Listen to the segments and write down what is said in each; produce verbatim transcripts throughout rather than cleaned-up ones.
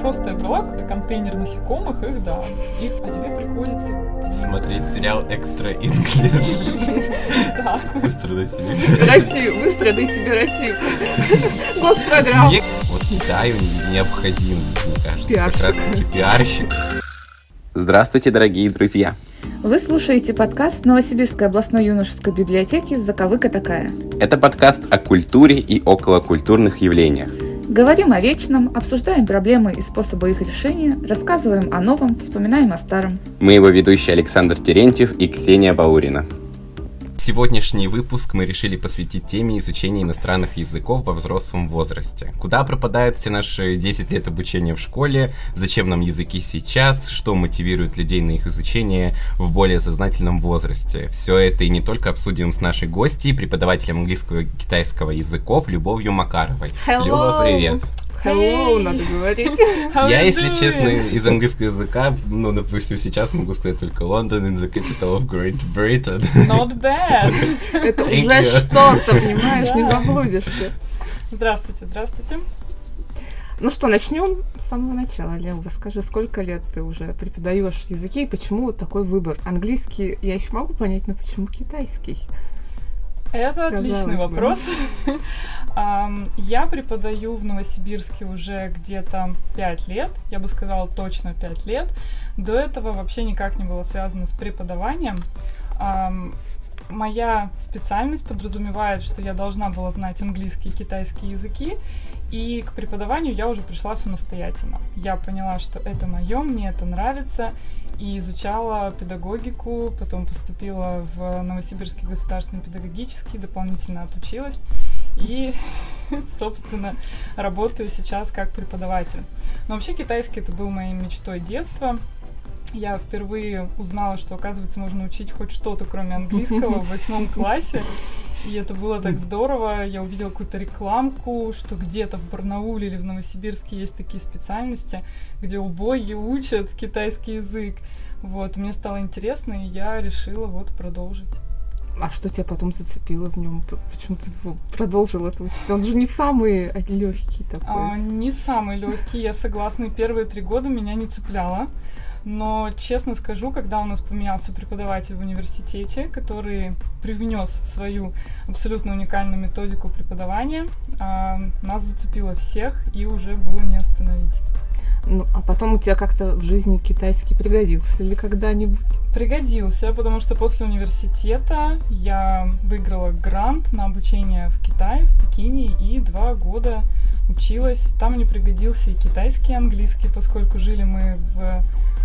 просто я брала какой-то контейнер насекомых, их, да, их, а тебе приходится... Смотреть сериал Extra English. Да. Выстрадай себе. Россию, выстрадай себе Россию. Госпрограмма. Вот Китай необходим, мне кажется, Пиарщик. как раз-таки пиарщик. Здравствуйте, дорогие друзья. Вы слушаете подкаст Новосибирской областной юношеской библиотеки «Заковыка такая». Это подкаст о культуре и околокультурных явлениях. Говорим о вечном, обсуждаем проблемы и способы их решения, рассказываем о новом, вспоминаем о старом. Мы его ведущие Александр Терентьев и Ксения Баурина. Сегодняшний выпуск мы решили посвятить теме изучения иностранных языков во взрослом возрасте. Куда пропадают все наши десять лет обучения в школе, зачем нам языки сейчас, что мотивирует людей на их изучение в более сознательном возрасте. Все это и не только обсудим с нашей гостьей, преподавателем английского и китайского языков Любовью Макаровой. Hello. Люба, привет! Hello, hey. Надо говорить. You Я, если doing? честно, из английского языка, ну, допустим, сейчас могу сказать только London is the capital of Great Britain. Not bad. Это Thank уже you. что-то, понимаешь, не заблудишься. Здравствуйте, здравствуйте. Ну что, начнем с самого начала. Люба, скажи, сколько лет ты уже преподаешь языки и почему такой выбор? Английский я еще могу понять, но почему китайский? Это Казалось отличный бы. вопрос. Ам, Я преподаю в Новосибирске уже где-то пять лет, я бы сказала точно пять лет. До этого вообще никак не было связано с преподаванием. Ам, Моя специальность подразумевает, что я должна была знать английский и китайский языки, и к преподаванию я уже пришла самостоятельно. Я поняла, что это мое, мне это нравится, и изучала педагогику, потом поступила в Новосибирский государственный педагогический, дополнительно отучилась, и, собственно, работаю сейчас как преподаватель. Но вообще китайский это был моей мечтой детства. Я впервые узнала, что, оказывается, можно учить хоть что-то, кроме английского, в восьмом классе. И это было так здорово. Я увидела какую-то рекламку, что где-то в Барнауле или в Новосибирске есть такие специальности, где убоги учат китайский язык. Вот, мне стало интересно, и я решила вот продолжить. А что тебя потом зацепило в нем? Почему ты его продолжил это учить? Он же не самый легкий такой. А, не самый легкий, я согласна. Первые три года меня не цепляло. Но, честно скажу, когда у нас поменялся преподаватель в университете, который привнес свою абсолютно уникальную методику преподавания, а, нас зацепило всех, и уже было не остановить. Ну, а потом у тебя как-то в жизни китайский пригодился или когда-нибудь? Пригодился, потому что после университета я выиграла грант на обучение в Китае, в Пекине, и два года училась. Там мне пригодился и китайский, и английский, поскольку жили мы в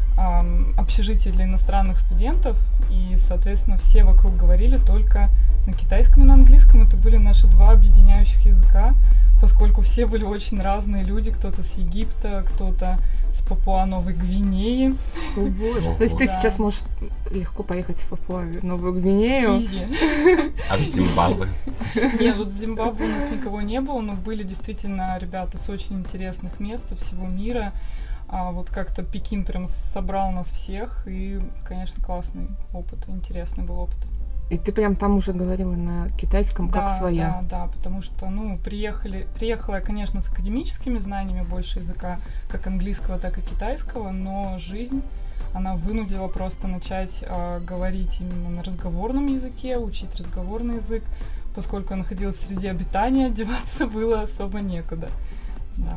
эм, общежитии для иностранных студентов, и, соответственно, все вокруг говорили только на китайском и на английском. Это были наши два объединяющих языка, поскольку все были очень разные люди, кто-то с Египта, кто-то с Папуа-Новой Гвинеи. О, боже. То есть ты Да. сейчас можешь легко поехать в Папуа-Новую Гвинею. Изи. А в Зимбабве? Нет, вот в Зимбабве у нас никого не было, но были действительно ребята с очень интересных мест со всего мира. А вот как-то Пекин прям собрал нас всех, и, конечно, классный опыт, интересный был опыт. И ты прям там уже говорила на китайском, как Да, своя. да, да, потому что, ну, приехали, приехала я, конечно, с академическими знаниями больше языка, как английского, так и китайского, но жизнь, она вынудила просто начать э, говорить именно на разговорном языке, учить разговорный язык, поскольку я находилась среди обитания, деваться было особо некуда, да.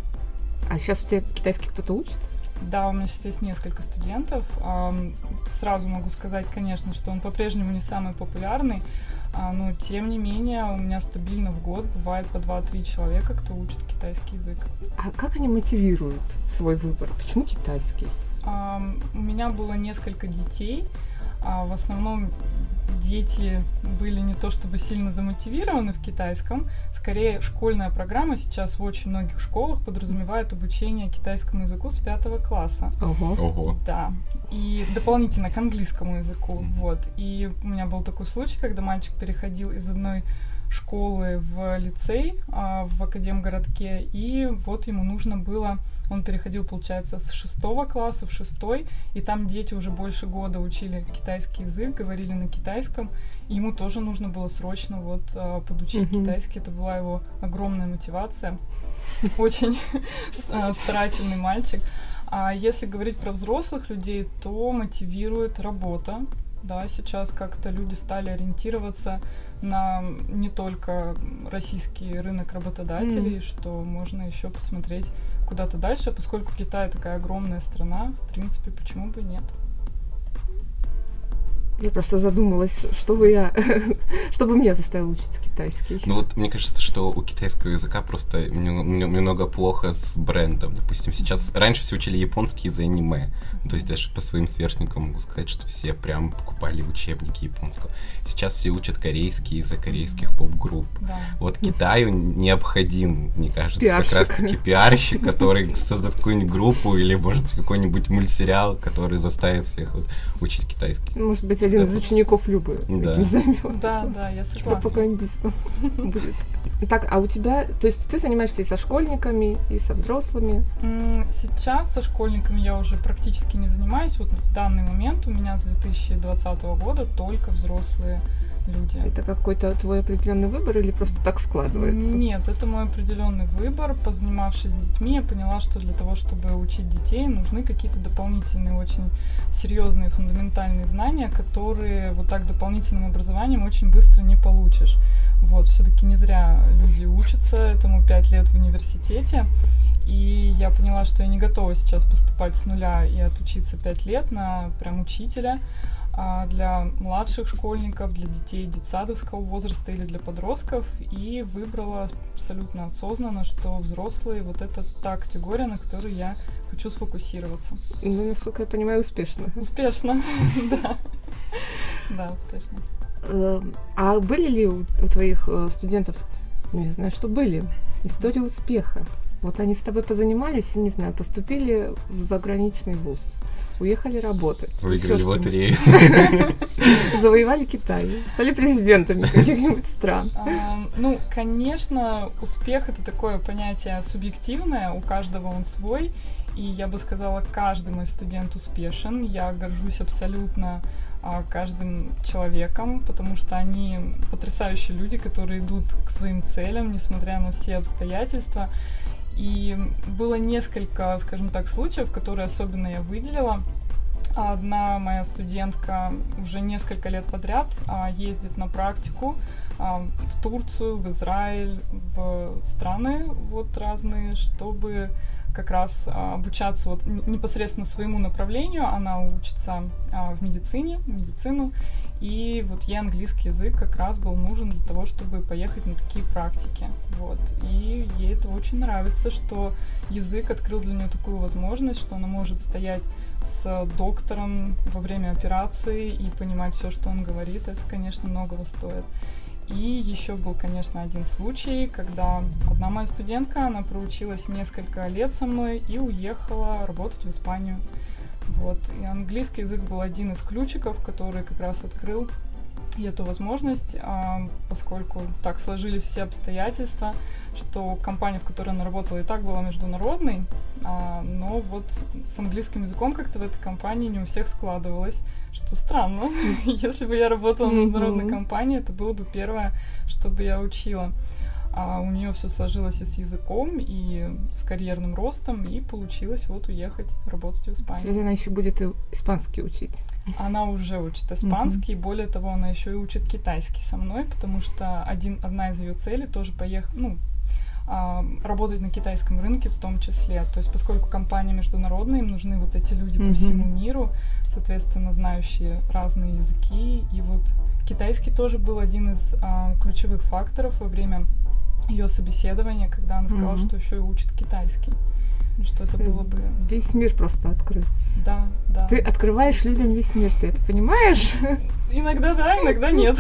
А сейчас у тебя китайский кто-то учит? Да, у меня сейчас есть несколько студентов. Ам, Сразу могу сказать, конечно, что он по-прежнему не самый популярный, а, но тем не менее у меня стабильно в год бывает по два-три человека, кто учит китайский язык. А как они мотивируют свой выбор? Почему китайский? Ам, У меня было несколько детей. а, В основном дети были не то чтобы сильно замотивированы в китайском, скорее школьная программа сейчас в очень многих школах подразумевает обучение китайскому языку с пятого класса. Ого. Ого. Да, и дополнительно к английскому языку, вот. И у меня был такой случай, когда мальчик переходил из одной школы в лицей а, в Академгородке, и вот ему нужно было, он переходил, получается, с шестого класса в шестой, и там дети уже больше года учили китайский язык, говорили на китайском, и ему тоже нужно было срочно вот а, подучить Мгм. китайский, это была его огромная мотивация. очень старательный мальчик. А если говорить про взрослых людей, то мотивирует работа. Да, сейчас как-то люди стали ориентироваться на не только российский рынок работодателей, mm. что можно еще посмотреть куда-то дальше, поскольку Китай такая огромная страна, в принципе, почему бы и нет. Я просто задумалась, чтобы я, чтобы меня заставил учить китайский. Ну вот мне кажется, что у китайского языка просто немного плохо с брендом. Допустим, сейчас раньше все учили японский из-за аниме. То есть даже по своим сверстникам могу сказать, что все прям покупали учебники японского. Сейчас все учат корейский из-за корейских поп-групп. Да. Вот Китаю необходим, мне кажется, пиарщик. Как раз-таки пиарщик, который создаст какую-нибудь группу или, может быть, какой-нибудь мультсериал, который заставит всех вот учить китайский. Может быть, один из учеников Любы да. этим займется. Да, да, я согласна. Пропагандистом будет. Так, а у тебя, то есть ты занимаешься и со школьниками, и со взрослыми? Сейчас со школьниками я уже практически не занимаюсь. Вот в данный момент у меня с две тысячи двадцатого года только взрослые люди. Это какой-то твой определенный выбор или просто так складывается? Нет, это мой определенный выбор. Позанимавшись с детьми, я поняла, что для того, чтобы учить детей, нужны какие-то дополнительные, очень серьезные, фундаментальные знания, которые вот так дополнительным образованием очень быстро не получишь. Вот, все-таки не зря люди учатся этому пять лет в университете. И я поняла, что я не готова сейчас поступать с нуля и отучиться пять лет на прям учителя. А для младших школьников, для детей детсадовского возраста или для подростков, и выбрала абсолютно осознанно, что взрослые — вот это та категория, на которой я хочу сфокусироваться. Ну, насколько я понимаю, успешно. Успешно, да. Да, успешно. А были ли у твоих студентов, ну, я знаю, что были, истории успеха? Вот они с тобой позанимались и, не знаю, поступили в заграничный вуз, уехали работать. Выиграли лотерею. Завоевали Китай, стали президентами каких-нибудь стран. А, ну, конечно, успех — это такое понятие субъективное, у каждого он свой. И я бы сказала, каждый мой студент успешен. Я горжусь абсолютно а, каждым человеком, потому что они потрясающие люди, которые идут к своим целям, несмотря на все обстоятельства. И было несколько, скажем так, случаев, которые особенно я выделила. Одна моя студентка уже несколько лет подряд а, ездит на практику а, в Турцию, в Израиль, в страны вот разные, чтобы как раз а, обучаться вот непосредственно своему направлению. Она учится а, в медицине, медицину, и вот ей английский язык как раз был нужен для того, чтобы поехать на такие практики. Вот. И ей это очень нравится, что язык открыл для нее такую возможность, что она может стоять с доктором во время операции и понимать все, что он говорит. Это, конечно, многого стоит. И еще был, конечно, один случай, когда одна моя студентка, она проучилась несколько лет со мной и уехала работать в Испанию. Вот. И английский язык был один из ключиков, который как раз открыл ей эту возможность, а, поскольку так сложились все обстоятельства, что компания, в которой она работала, и так была международной, а, но вот с английским языком как-то в этой компании не у всех складывалось, что странно. Если бы я работала в международной компании, это было бы первое, что бы я учила. А у нее все сложилось и с языком, и с карьерным ростом, и получилось вот уехать работать в Испанию. Теперь она еще будет и испанский учить. Она уже учит испанский, mm-hmm. более того, она еще и учит китайский со мной, потому что один, одна из ее целей тоже поехать, ну, а, работать на китайском рынке в том числе. То есть, поскольку компания международная, им нужны вот эти люди mm-hmm. по всему миру, соответственно, знающие разные языки. И вот китайский тоже был один из а, ключевых факторов во время ее собеседование, когда она сказала, mm-hmm. что еще и учит китайский. Что это было бы... Весь мир просто открыт. Да, да. Ты открываешь людям весь мир, ты это понимаешь? Иногда да, иногда нет.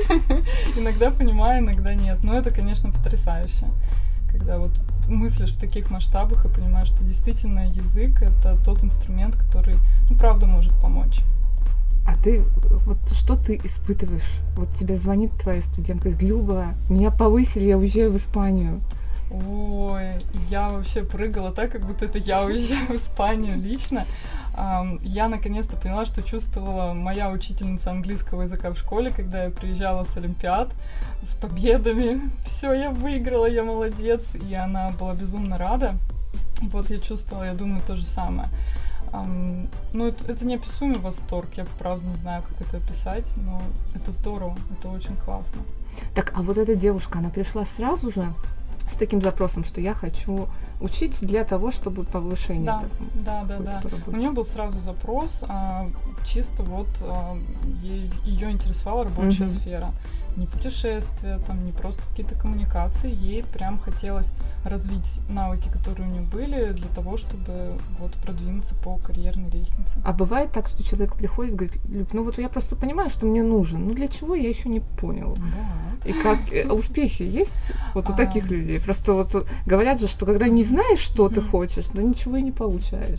Иногда понимаю, иногда нет. Но это, конечно, потрясающе. Когда вот мыслишь в таких масштабах и понимаешь, что действительно язык — это тот инструмент, который, ну, правда может помочь. А ты, вот что ты испытываешь? Вот тебе звонит твоя студентка, говорит: Люба, меня повысили, я уезжаю в Испанию. Ой, я вообще прыгала так, как будто это я уезжаю в Испанию лично. Я наконец-то поняла, что чувствовала моя учительница английского языка в школе, когда я приезжала с олимпиад, с победами. Все, я выиграла, я молодец. И она была безумно рада. И вот я чувствовала, я думаю, то же самое. Um, ну, это, это неописуемый восторг. Я, правда, не знаю, как это описать, но это здорово, это очень классно. Так, а вот эта девушка, она пришла сразу же с таким запросом, что я хочу учить для того, чтобы повышение. Да, такое, да, да, да. У нее был сразу запрос, а, чисто вот а, ей, ее интересовала рабочая uh-huh. сфера. Не путешествия, там, не просто какие-то коммуникации. Ей прям хотелось развить навыки, которые у нее были, для того, чтобы вот продвинуться по карьерной лестнице. А бывает так, что человек приходит и говорит: Люб, ну вот я просто понимаю, что мне нужен, но для чего, я еще не понял. Да. И как успехи есть вот у а... таких людей? Просто вот говорят же, что когда не знаешь, что ты хочешь, то ничего и не получаешь.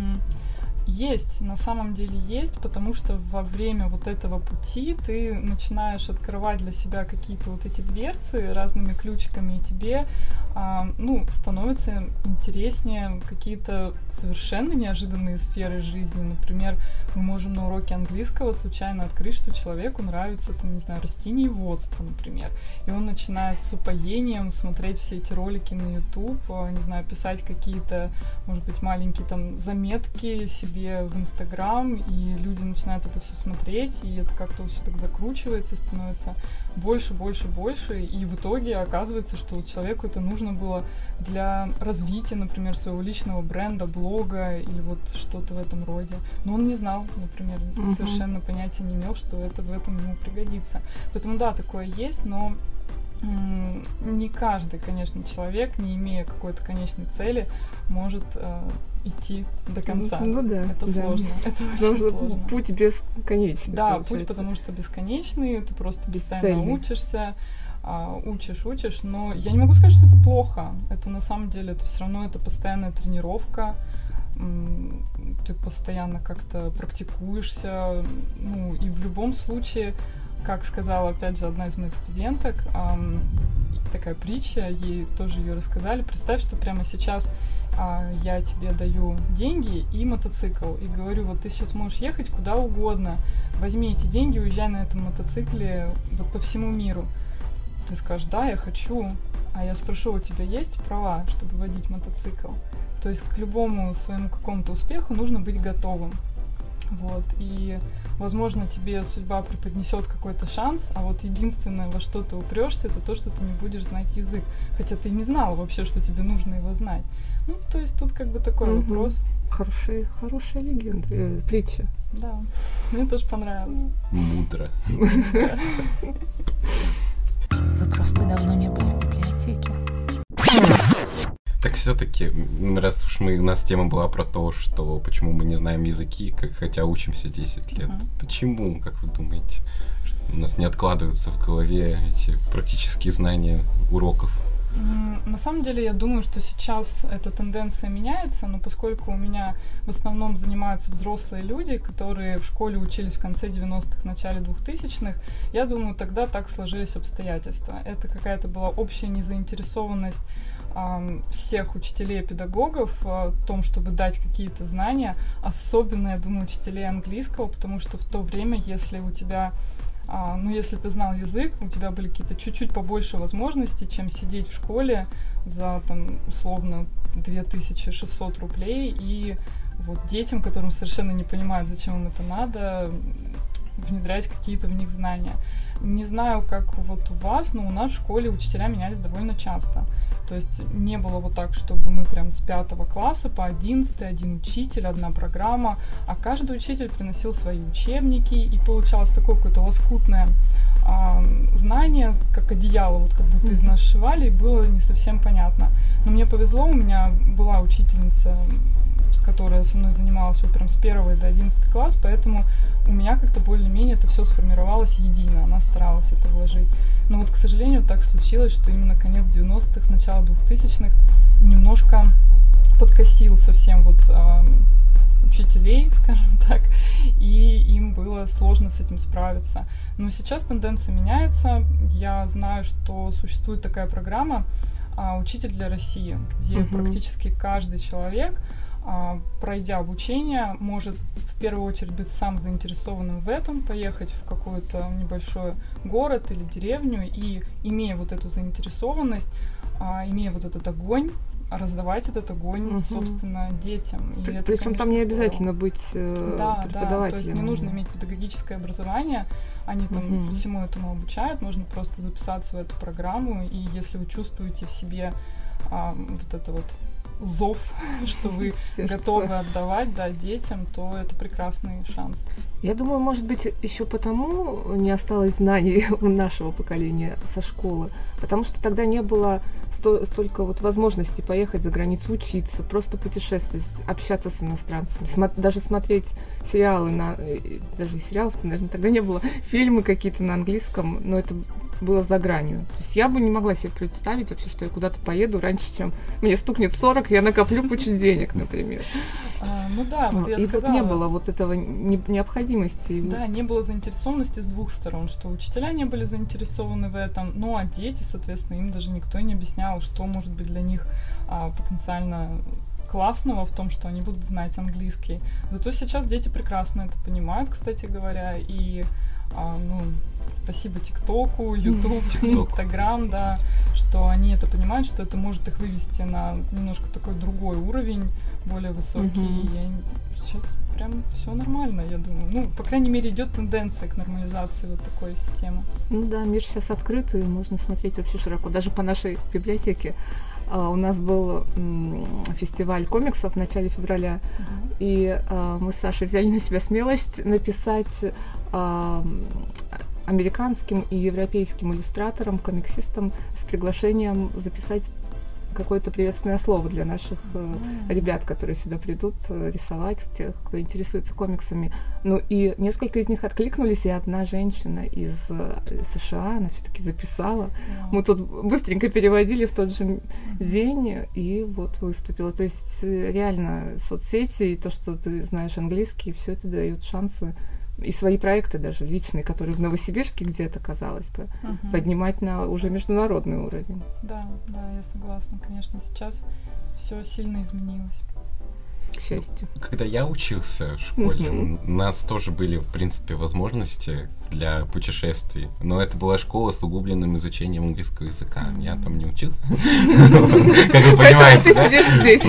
Есть, на самом деле есть, потому что во время вот этого пути ты начинаешь открывать для себя какие-то вот эти дверцы разными ключиками, и тебе, а, ну, становится интереснее какие-то совершенно неожиданные сферы жизни. Например, мы можем на уроке английского случайно открыть, что человеку нравится, там, не знаю, растениеводство, например, и он начинает с упоением смотреть все эти ролики на YouTube, не знаю, писать какие-то, может быть, маленькие там заметки себе в Инстаграм, и люди начинают это все смотреть, и это как-то все так закручивается, становится больше, больше, больше, и в итоге оказывается, что вот человеку это нужно было для развития, например, своего личного бренда, блога или вот что-то в этом роде. Но он не знал, например, uh-huh. совершенно понятия не имел, что это в этом ему пригодится. Поэтому да, такое есть, но не каждый, конечно, человек, не имея какой-то конечной цели, может э, идти до конца. Ну да. Это да. сложно. Это ну, очень сложно. Путь бесконечный. Да, получается. путь, потому что бесконечный, ты просто постоянно учишься, э, учишь, учишь. Но я не могу сказать, что это плохо. Это на самом деле, это все равно это постоянная тренировка. Ты постоянно как-то практикуешься. Ну, и в любом случае, как сказала, опять же, одна из моих студенток, эм, такая притча, ей тоже ее рассказали. Представь, что прямо сейчас э, я тебе даю деньги и мотоцикл, и говорю, вот ты сейчас можешь ехать куда угодно, возьми эти деньги, уезжай на этом мотоцикле вот по всему миру. Ты скажешь: да, я хочу. А я спрошу: у тебя есть права, чтобы водить мотоцикл? То есть к любому своему какому-то успеху нужно быть готовым. Вот, и, возможно, тебе судьба преподнесет какой-то шанс, а вот единственное, во что ты упрешься, это то, что ты не будешь знать язык. Хотя ты не знала вообще, что тебе нужно его знать. Ну, то есть тут как бы такой mm-hmm. вопрос. Хорошая, хорошая легенда, э, притча. Да, мне тоже понравилось. Мудро. Вы просто давно не были в библиотеке. Так все-таки, раз уж мы, у нас тема была про то, что почему мы не знаем языки, как, хотя учимся десять лет. Uh-huh. Почему, как вы думаете, у нас не откладываются в голове эти практические знания уроков? Mm, на самом деле, я думаю, что сейчас эта тенденция меняется, но поскольку у меня в основном занимаются взрослые люди, которые в школе учились в конце девяностых, начале двухтысячных, я думаю, тогда так сложились обстоятельства. Это какая-то была общая незаинтересованность всех учителей и педагогов в том, чтобы дать какие-то знания, особенно, я думаю, учителей английского, потому что в то время, если у тебя, ну, если ты знал язык, у тебя были какие-то чуть-чуть побольше возможностей, чем сидеть в школе за, там, условно, две тысячи шестьсот рублей, и вот детям, которым совершенно не понимают, зачем им это надо, внедрять какие-то в них знания. Не знаю, как вот у вас, но у нас в школе учителя менялись довольно часто. То есть не было вот так, чтобы мы прям с пятого класса по одиннадцатый, один учитель, одна программа, а каждый учитель приносил свои учебники, и получалось такое какое-то лоскутное э, знание, как одеяло, вот как будто из нас сшивали, и было не совсем понятно. Но мне повезло, у меня была учительница, которая со мной занималась вот прям с первого до одиннадцатого класса, поэтому у меня как-то более-менее это все сформировалось едино, она старалась это вложить. Но вот, к сожалению, так случилось, что именно конец девяностых, начало двухтысячных немножко подкосил совсем вот э, учителей, скажем так, и им было сложно с этим справиться. Но сейчас тенденция меняется. Я знаю, что существует такая программа а, «Учитель для России», где uh-huh. практически каждый человек, а, пройдя обучение, может в первую очередь быть сам заинтересованным в этом, поехать в какой-то небольшой город или деревню и, имея вот эту заинтересованность, а, имея вот этот огонь, раздавать этот огонь, угу. собственно, детям. И это, причем там не обязательно здорово. быть э, да, преподавателем. Да, то есть не нужно иметь педагогическое образование, они там угу. всему этому обучают, можно просто записаться в эту программу, и если вы чувствуете в себе а, вот это вот зов, что вы готовы отдавать, да, детям, то это прекрасный шанс. Я думаю, может быть, еще потому не осталось знаний у нашего поколения со школы, потому что тогда не было сто- столько вот возможностей поехать за границу, учиться, просто путешествовать, общаться с иностранцами, смо- даже смотреть сериалы на... Даже и сериалов, наверное, тогда не было. Фильмы какие-то на английском, но это было за гранью. То есть я бы не могла себе представить вообще, что я куда-то поеду раньше, чем мне стукнет сорок, я накоплю кучу денег, например. А, ну да, вот я и сказала. И вот не было вот этого не, необходимости. Да, не было заинтересованности с двух сторон, что учителя не были заинтересованы в этом, ну а дети, соответственно, им даже никто не объяснял, что может быть для них а, потенциально классного в том, что они будут знать английский. Зато сейчас дети прекрасно это понимают, кстати говоря, и а, ну, спасибо ТикТоку, Ютуб, Инстаграм, да, что они это понимают, что это может их вывести на немножко такой другой уровень, более высокий. Mm-hmm. И я, сейчас прям все нормально, я думаю. Ну, по крайней мере, идет тенденция к нормализации вот такой системы. Ну да, мир сейчас открыт, и можно смотреть вообще широко. Даже по нашей библиотеке Uh, у нас был м, фестиваль комиксов в начале февраля, uh-huh. и uh, мы с Сашей взяли на себя смелость написать uh, американским и европейским иллюстраторам, комиксистам с приглашением записать какое-то приветственное слово для наших uh, ребят, которые сюда придут uh, рисовать, тех, кто интересуется комиксами. Ну и несколько из них откликнулись, и одна женщина из uh, США, она все-таки записала. Yeah. Мы тут быстренько переводили в тот же uh-huh. день, и вот выступила. То есть реально соцсети и то, что ты знаешь английский, все это дает шансы и свои проекты даже личные, которые в Новосибирске где-то, казалось бы, uh-huh. поднимать на уже международный уровень. Да, да, я согласна. Конечно, сейчас все сильно изменилось. К счастью. Когда я учился в школе, uh-huh. у нас тоже были, в принципе, возможности для путешествий, но это была школа с углубленным изучением английского языка. Uh-huh. Я там не учился. Как вы понимаете, ты сидишь здесь.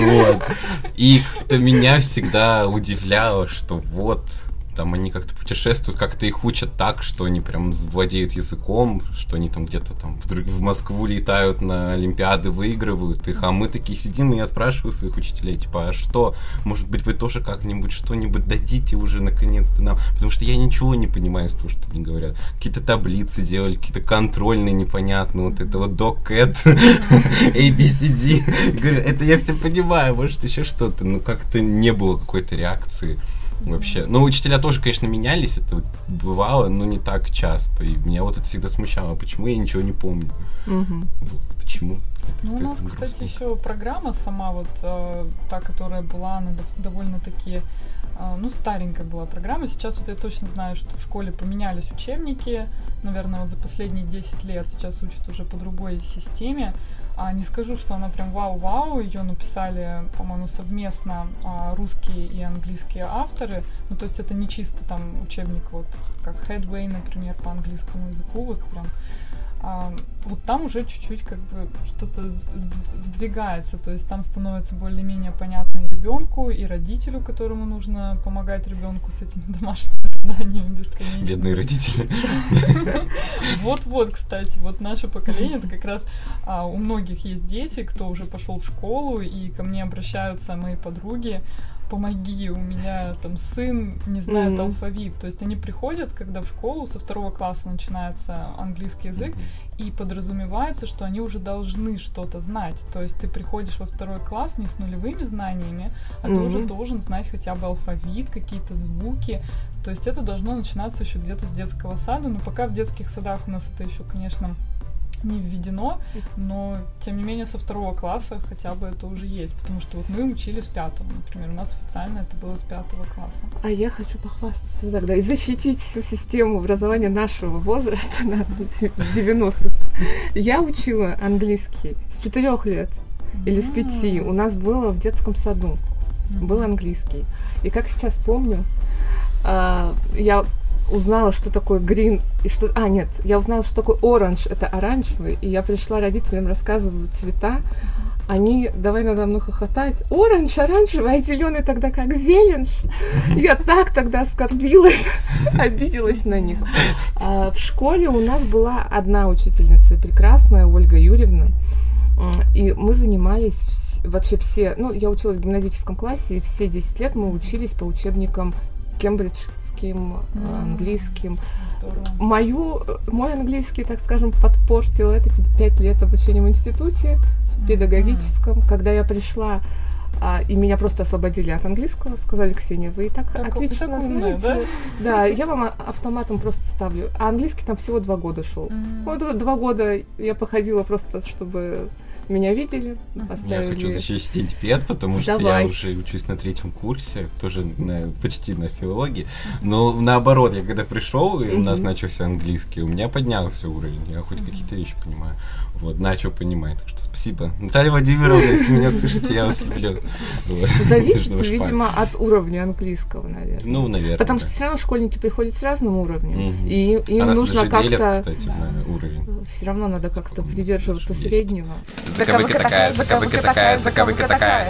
И как-то меня всегда удивляло, что вот там они как-то путешествуют, как-то их учат так, что они прям владеют языком, что они там где-то там в, в Москву летают на Олимпиады, выигрывают их, а мы такие сидим, и я спрашиваю своих учителей, типа, а что, может быть, вы тоже как-нибудь что-нибудь дадите уже наконец-то нам, потому что я ничего не понимаю из того, что они говорят. Какие-то таблицы делали, какие-то контрольные непонятные, вот это вот doc-cat, эй би си ди. Говорю, это я все понимаю, может, еще что-то, но как-то не было какой-то реакции. Вообще. Ну, учителя тоже, конечно, менялись, это бывало, но не так часто. И меня вот это всегда смущало. Почему я ничего не помню? Угу. Почему? Ну, у нас, кстати, еще программа сама, вот э, та, которая была, она довольно-таки, э, ну, старенькая была программа. Сейчас вот я точно знаю, что в школе поменялись учебники. Наверное, вот за последние десять лет сейчас учат уже по другой системе. А не скажу, что она прям вау-вау, ее написали, по-моему, совместно а, русские и английские авторы. Ну, то есть это не чисто там учебник, вот как Headway, например, по английскому языку, вот прям. А, вот там уже чуть-чуть как бы что-то сдвигается, то есть там становится более-менее понятно и ребенку, и родителю, которому нужно помогать ребенку с этими домашними заданиями бесконечно. Бедные родители. Вот-вот, кстати, вот наше поколение, это как раз а, у многих есть дети, кто уже пошел в школу, и ко мне обращаются мои подруги: помоги, у меня там сын не знает mm-hmm. алфавит. То есть они приходят, когда в школу со второго класса начинается английский язык, mm-hmm. и подразумевается, что они уже должны что-то знать. То есть ты приходишь во второй класс не с нулевыми знаниями, а mm-hmm. ты уже должен знать хотя бы алфавит, какие-то звуки. То есть это должно начинаться еще где-то с детского сада, но пока в детских садах у нас это еще, конечно, не введено, но, тем не менее, со второго класса хотя бы это уже есть, потому что вот мы учили с пятого, например, у нас официально это было с пятого класса. А я хочу похвастаться тогда и защитить всю систему образования нашего возраста, да, девяностых. Я учила английский с четырех лет или с пяти. У нас было в детском саду. Был английский. И как сейчас помню, я узнала, что такое green, и что... А, нет, я узнала, что такое orange, это оранжевый, и я пришла родителям рассказывать цвета. Они давай надо мной хохотать. Оранж, оранжевый, а зеленый тогда как зелень. Я так тогда оскорбилась, обиделась на них. А в школе у нас была одна учительница, прекрасная Ольга Юрьевна. И мы занимались вообще все... Ну, я училась в гимназическом классе, и все десять лет мы учились по учебникам кембриджским, английским. Мою, мой английский, так скажем, подпортил это пять лет обучения в институте, в педагогическом. Mm-hmm. Когда я пришла, а, и меня просто освободили от английского, сказали: Ксения, вы и так, так отлично знаете. Да? Да, я вам автоматом просто ставлю. А английский там всего два года шел. Mm-hmm. Вот два года я походила просто, чтобы... Меня видели, поставили... Я хочу защитить пед, потому что Давай. я уже учусь на третьем курсе, тоже на, почти на филологии. Но наоборот, я когда пришел, и у нас начался английский, у меня поднялся уровень, я хоть какие-то вещи понимаю. Вот, начал понимать. Так что спасибо. Наталья Владимировна, если меня слышите, я вас люблю. Зависит, видимо, от уровня английского, наверное. Ну, наверное. Потому что все равно школьники приходят с разным уровнем. И им нужно как-то... Все равно надо как-то придерживаться среднего. Заковыка такая, заковыка такая, заковыка такая.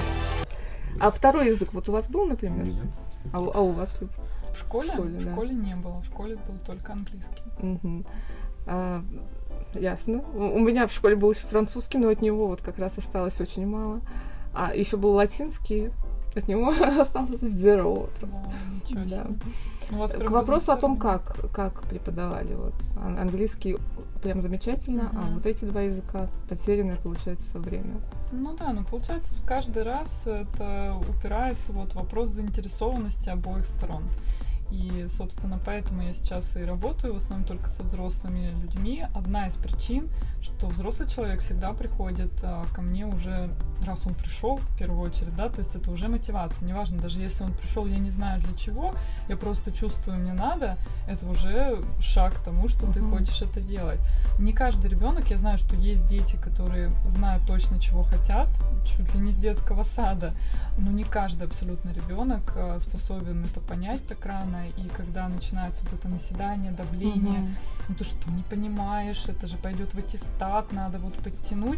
А второй язык вот у вас был, например? Нет. А, а у вас, Люб? В школе? В школе, в да. школе не было. В школе был только английский. Угу. А, ясно. У меня в школе был еще французский, но от него вот как раз осталось очень мало. А еще был латинский, от него осталось zero просто. Вау, да. К вопросу о том, как, как преподавали. Вот. Английский прям замечательно, uh-huh. а вот эти два языка потерянное, получается, время. Ну да, но получается каждый раз это упирается вот в вопрос заинтересованности обоих сторон. И, собственно, поэтому я сейчас и работаю в основном только со взрослыми людьми. Одна из причин, что взрослый человек всегда приходит а, ко мне уже, раз он пришел, в первую очередь, да, то есть это уже мотивация. Неважно, даже если он пришел, я не знаю для чего, я просто чувствую, мне надо, это уже шаг к тому, что uh-huh. ты хочешь это делать. Не каждый ребенок, я знаю, что есть дети, которые знают точно, чего хотят, чуть ли не с детского сада, но не каждый абсолютно ребенок а, способен это понять так рано. И когда начинается вот это наседание, давление, uh-huh. ну ты что, не понимаешь, это же пойдет в аттестат, надо вот подтянуть.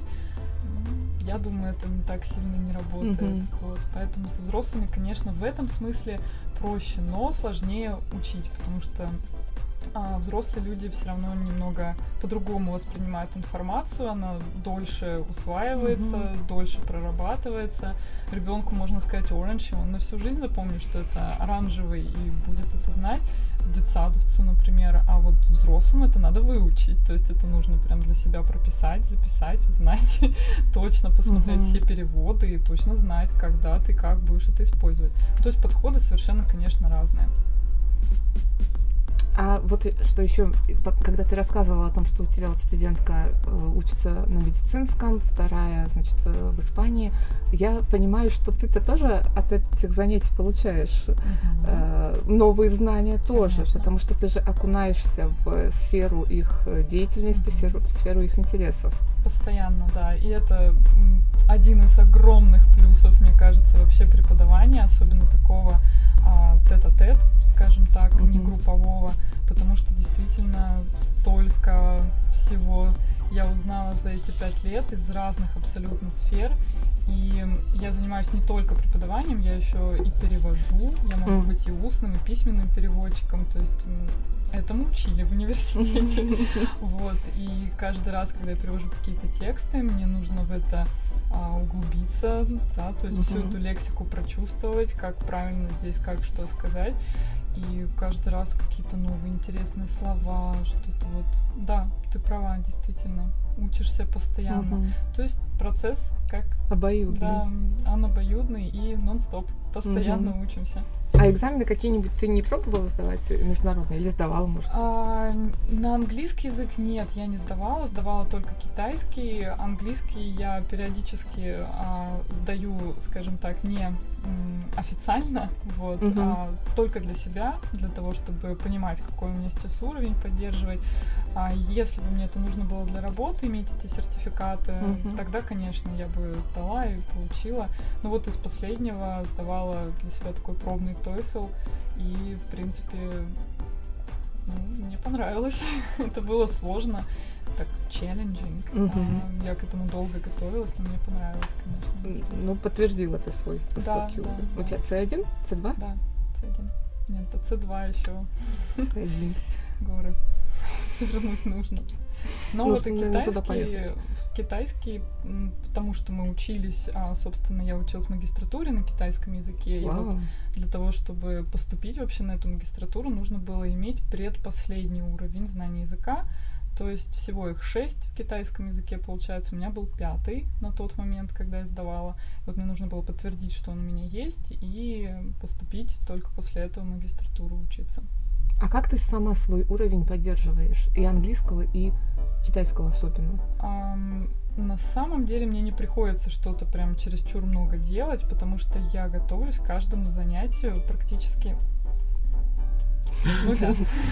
Я думаю, это не так сильно не работает. Uh-huh. Вот. Поэтому со взрослыми, конечно, в этом смысле проще, но сложнее учить, потому что а, взрослые люди все равно немного по-другому воспринимают информацию, она дольше усваивается, mm-hmm. дольше прорабатывается. Ребенку можно сказать orange, он на всю жизнь запомнит, что это оранжевый и будет это знать. Детсадовцу, например, а вот взрослому это надо выучить, то есть это нужно прям для себя прописать, записать, узнать, точно посмотреть mm-hmm. все переводы и точно знать, когда ты как будешь это использовать. То есть подходы совершенно, конечно, разные. А вот что еще, когда ты рассказывала о том, что у тебя вот студентка э, учится на медицинском, вторая, значит, э, в Испании, я понимаю, что ты-то тоже от этих занятий получаешь э, новые знания тоже, Конечно. Потому что ты же окунаешься в сферу их деятельности, в сферу, в сферу их интересов. Постоянно, да. И это один из огромных плюсов, мне кажется, вообще преподавания, особенно такого а, тет-а-тет, скажем так, mm-hmm. не группового, потому что действительно столько всего я узнала за эти пять лет из разных абсолютно сфер. И я занимаюсь не только преподаванием, я еще и перевожу. Я могу mm. быть и устным, и письменным переводчиком. То есть этому учили в университете. Вот. И каждый раз, когда я перевожу какие-то тексты, мне нужно в это а, углубиться, да, то есть mm-hmm. всю эту лексику прочувствовать, как правильно здесь, как что сказать. И каждый раз какие-то новые интересные слова, что-то вот. Да, ты права, действительно. Учишься постоянно. Uh-huh. То есть процесс как... Обоюдный. Да, он обоюдный и нон-стоп. Постоянно uh-huh. учимся. А экзамены какие-нибудь ты не пробовала сдавать международные или сдавала, может быть? А, на английский язык нет, я не сдавала, сдавала только китайский. Английский я периодически а, сдаю, скажем так, не м, официально, вот, Мгм. а только для себя, для того, чтобы понимать, какой у меня сейчас уровень, поддерживать. А если бы мне это нужно было для работы, иметь эти сертификаты, Мгм. тогда, конечно, я бы сдала и получила. Ну вот из последнего сдавала для себя такой пробный TOEFL, и, в принципе, ну, мне понравилось. Это было сложно, так challenging. Мгм. А, Я к этому долго готовилась, но мне понравилось, конечно. М, интересно. Ну, подтвердила ты свой Да, высокий да, уровень. У да. тебя си один, си два? Да, си один. Нет, это си два еще си один. горы свернуть нужно. Но вот и Нужно, наверное, туда китайский, поехать. китайский, м, потому что мы учились, а, собственно, я училась в магистратуре на китайском языке, и вот Вау. для того, чтобы поступить вообще на эту магистратуру, нужно было иметь предпоследний уровень знания языка. То есть всего их шесть в китайском языке, получается. У меня был пятый на тот момент, когда я сдавала. Вот мне нужно было подтвердить, что он у меня есть, и поступить только после этого в магистратуру учиться. А как ты сама свой уровень поддерживаешь? И английского, и китайского особенно? Ам, на самом деле мне не приходится что-то прям чересчур много делать, потому что я готовлюсь к каждому занятию практически с нуля.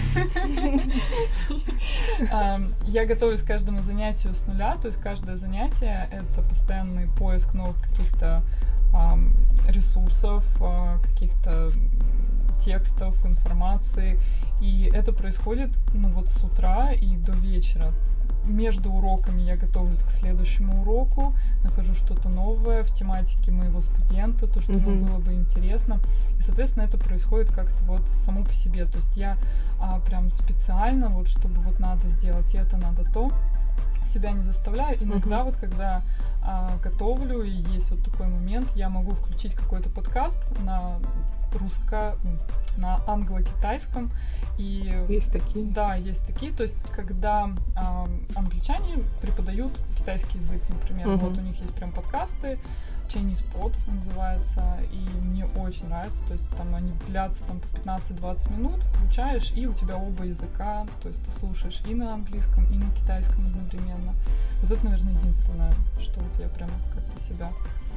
Ам, Я готовлюсь к каждому занятию с нуля, то есть каждое занятие — это постоянный поиск новых каких-то ам, ресурсов, а, каких-то текстов, информации. И это происходит, ну вот с утра и до вечера. Между уроками я готовлюсь к следующему уроку, нахожу что-то новое в тематике моего студента, то, что ему Мгм. было бы интересно. И, соответственно, это происходит как-то вот само по себе. То есть я а, прям специально, вот чтобы вот надо сделать это, надо то, себя не заставляю. Иногда Мгм. вот когда а, готовлю, и есть вот такой момент, я могу включить какой-то подкаст на русско... на англо-китайском. И Есть такие? да, есть такие. То есть, когда а, англичане преподают китайский язык, например, Мгм. вот у них есть прям подкасты, Chinese Pod называется, и мне очень нравится. То есть там они длятся там по пятнадцать-двадцать минут, включаешь, и у тебя оба языка. То есть ты слушаешь и на английском, и на китайском одновременно. Вот это, наверное, единственное, что вот я прям как-то себя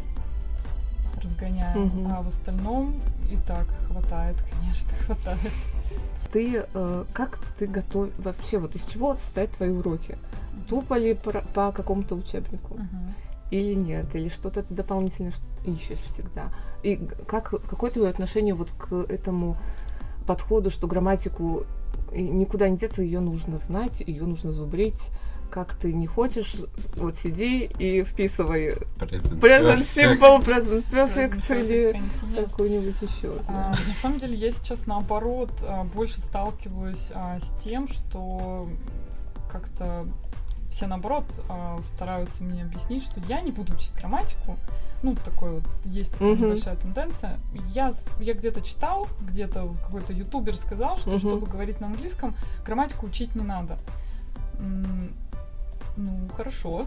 разгоняю. Мгм. А в остальном и так хватает, конечно, хватает. Ты, э, как ты готов... Вообще, вот из чего состоят твои уроки? Тупо ли по, по какому-то учебнику? Мгм. Или нет? Или что-то ты дополнительно ш- ищешь всегда? И г- как, какое твое отношение вот к этому подходу, что грамматику и никуда не деться, ее нужно знать, ее нужно зубрить? Как ты не хочешь, вот сиди и вписывай Present present perfect. simple, present perfect Present или perfect continuous. какой-нибудь еще. А, на самом деле я сейчас наоборот а, больше сталкиваюсь а, с тем, что как-то все наоборот а, стараются мне объяснить, что я не буду учить грамматику. Ну, такой вот, есть такая Мгм. небольшая тенденция. Я, с- я где-то читал, где-то какой-то ютубер сказал, что Мгм. чтобы говорить на английском, грамматику учить не надо. М, Ну, хорошо.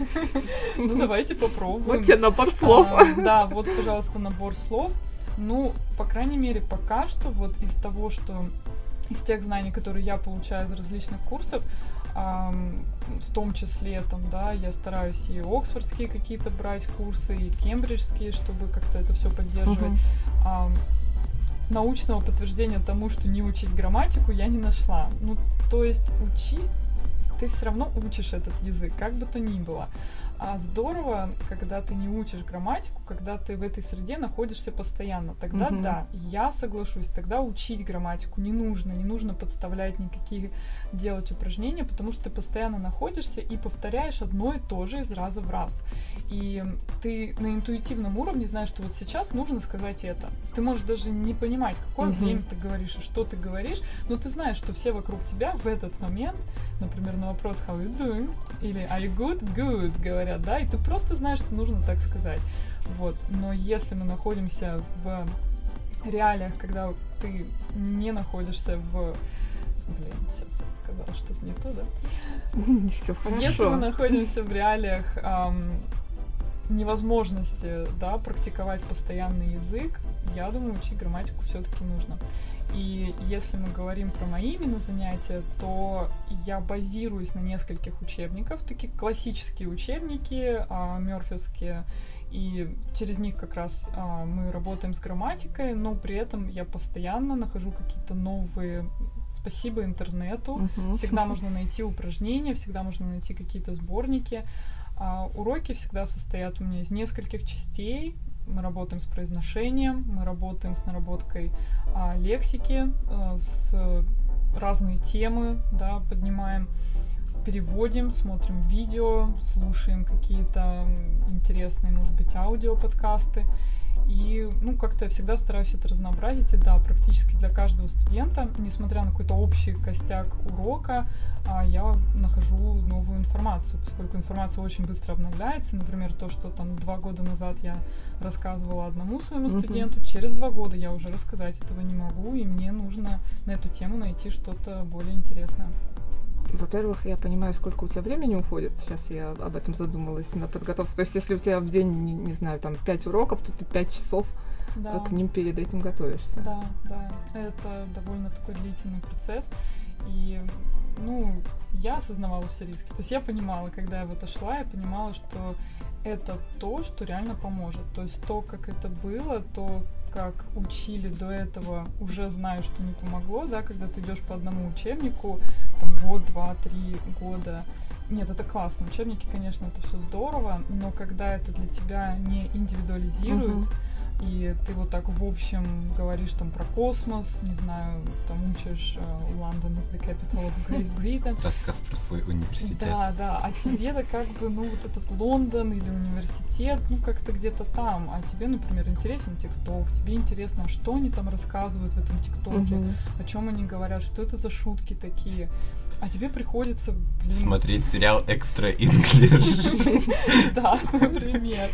Ну, давайте попробуем. Вот тебе набор слов. А, Да, вот, пожалуйста, набор слов. Ну, по крайней мере, пока что вот из того, что из тех знаний, которые я получаю из различных курсов, ам, в том числе, там, да, я стараюсь и оксфордские какие-то брать курсы, и кембриджские, чтобы как-то это все поддерживать. Мгм. Ам, научного подтверждения тому, что не учить грамматику, я не нашла. Ну, то есть учи, ты все равно учишь этот язык, как бы то ни было. А здорово, когда ты не учишь грамматику, когда ты в этой среде находишься постоянно. Тогда Мгм. да, я соглашусь, тогда учить грамматику не нужно, не нужно подставлять никакие, делать упражнения, потому что ты постоянно находишься и повторяешь одно и то же из раза в раз. И ты на интуитивном уровне знаешь, что вот сейчас нужно сказать это. Ты можешь даже не понимать, какое Мгм. время ты говоришь и что ты говоришь, но ты знаешь, что все вокруг тебя в этот момент, например, на вопрос «How you doing?» или «Are you good?» «Good», говорят, да, и ты просто знаешь, что нужно так сказать. Вот. Но если мы находимся в реалиях, когда ты не находишься в... Блин, сейчас я сказала что-то не то, да? Все хорошо. Если мы находимся в реалиях, ам, невозможности, да, практиковать постоянный язык, я думаю, учить грамматику все-таки нужно. И если мы говорим про мои именно занятия, то я базируюсь на нескольких учебниках, такие классические учебники, а, мёрфевские, и через них как раз а, мы работаем с грамматикой, но при этом я постоянно нахожу какие-то новые, спасибо интернету, uh-huh. всегда можно найти упражнения, всегда можно найти какие-то сборники. А, уроки всегда состоят у меня из нескольких частей. Мы работаем с произношением, мы работаем с наработкой а, лексики, а, с разные темы, да, поднимаем, переводим, смотрим видео, слушаем какие-то интересные, может быть, аудиоподкасты. И, ну, как-то я всегда стараюсь это разнообразить. И да, практически для каждого студента, несмотря на какой-то общий костяк урока, я нахожу новую информацию, поскольку информация очень быстро обновляется. Например, то, что там два года назад я рассказывала одному своему mm-hmm. студенту, через два года я уже рассказать этого не могу, и мне нужно на эту тему найти что-то более интересное. Во-первых, я понимаю, сколько у тебя времени уходит. Сейчас я об этом задумалась на подготовку. То есть, если у тебя в день, не, не знаю, там пять уроков, то ты пять часов да. к ним перед этим готовишься. Да, да. Это довольно такой длительный процесс. И, ну, я осознавала все риски. То есть я понимала, когда я в это шла, я понимала, что это то, что реально поможет. То есть то, как это было, то, как учили до этого, уже знаю, что не помогло, да, когда ты идешь по одному учебнику, там, год, два, три года. Нет, это классно. Учебники, конечно, это все здорово, но когда это для тебя не индивидуализирует, uh-huh. и ты вот так в общем говоришь там про космос, не знаю, там учишь uh, London is the capital of Great Britain. Рассказ про свой университет. Да, да, а тебе-то как бы, ну, вот этот Лондон или университет, ну, как-то где-то там, а тебе, например, интересен ТикТок, тебе интересно, что они там рассказывают в этом ТикТоке, uh-huh. о чем они говорят, что это за шутки такие. А тебе приходится, блин... смотреть сериал Extra English. Да, например.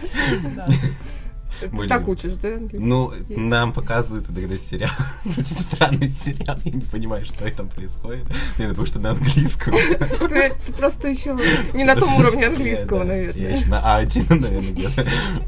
Ты так учишь, да, английский? Ну, нам показывают иногда сериал. Очень странный сериал. Я не понимаю, что там происходит. Мне потому что на английском. Ты просто еще не на том уровне английского, наверное. Я еще на а один, наверное, где-то.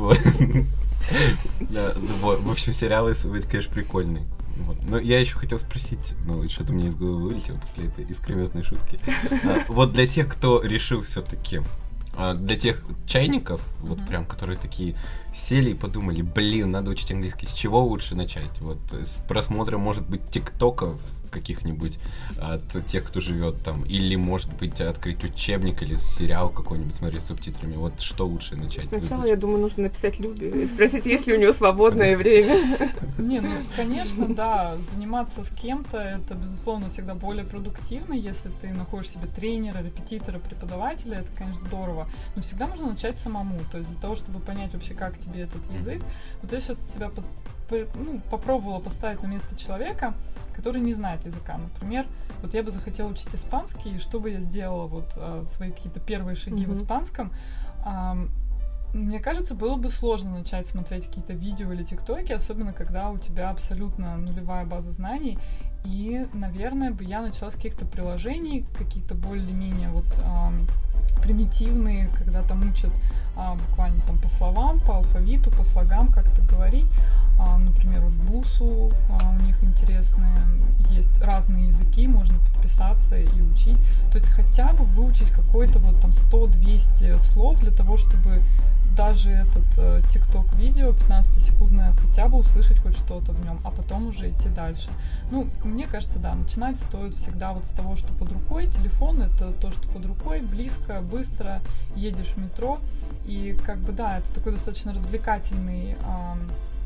В общем, сериал, конечно, прикольный. Вот. Но я еще хотел спросить, ну, что-то у меня из головы вылетело после этой искрометной шутки. А, вот для тех, кто решил все-таки, а, для тех чайников, mm-hmm. вот прям, которые такие сели и подумали, блин, надо учить английский, с чего лучше начать? Вот с просмотра, может быть, тиктоков каких-нибудь от тех, кто живет там, или, может быть, открыть учебник или сериал какой-нибудь, смотреть с субтитрами. Вот что лучше начать? Сначала, я думаю, нужно написать Любе и спросить, есть ли у нее свободное время. Не, ну, конечно, да, заниматься с кем-то, это, безусловно, всегда более продуктивно, если ты находишь себе тренера, репетитора, преподавателя, это, конечно, здорово, но всегда можно начать самому, то есть для того, чтобы понять вообще, как тебе этот язык. Вот я сейчас себя ну, попробовала поставить на место человека, который не знает языка. Например, вот я бы захотела учить испанский, и что бы я сделала, вот а, свои какие-то первые шаги mm-hmm. в испанском, а, мне кажется, было бы сложно начать смотреть какие-то видео или тиктоки, особенно когда у тебя абсолютно нулевая база знаний, и, наверное, бы я начала с каких-то приложений, какие-то более-менее вот а, примитивные, когда там учат а, буквально там по словам, по алфавиту, по слогам как-то говорить. А, например, вот Бусу, а, у них интересные, есть разные языки, можно подписаться и учить. То есть хотя бы выучить какой-то вот там сто-двести слов для того, чтобы даже этот тикток-видео пятнадцатисекундное хотя бы услышать хоть что-то в нем, а потом уже идти дальше. Ну, мне кажется, да, начинать стоит всегда вот с того, что под рукой. Телефон — это то, что под рукой, близко, быстро, едешь в метро. И как бы, да, это такой достаточно развлекательный а,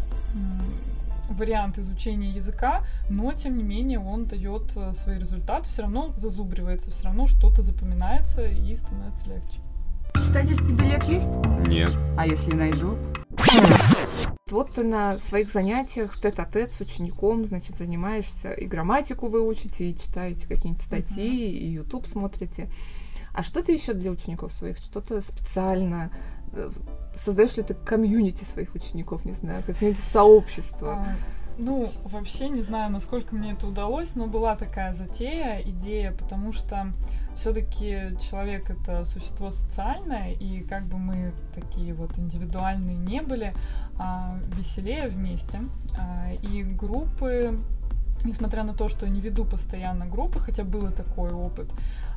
вариант изучения языка, но, тем не менее, он дает свои результаты, все равно зазубривается, все равно что-то запоминается и становится легче. Читательский билет есть? Нет. А если найду? Вот ты на своих занятиях тет-а-тет с учеником, значит, занимаешься, и грамматику вы учите, и читаете какие-нибудь статьи, uh-huh. и YouTube смотрите. А что ты еще для учеников своих? Что-то специально? Создаешь ли ты комьюнити своих учеников, не знаю, какое-нибудь сообщество? Ну, вообще не знаю, насколько мне это удалось, но была такая затея, идея, потому что все-таки человек — это существо социальное, и как бы мы такие вот индивидуальные не были, а, веселее вместе. А, и группы, несмотря на то, что я не веду постоянно группы, хотя был и такой опыт,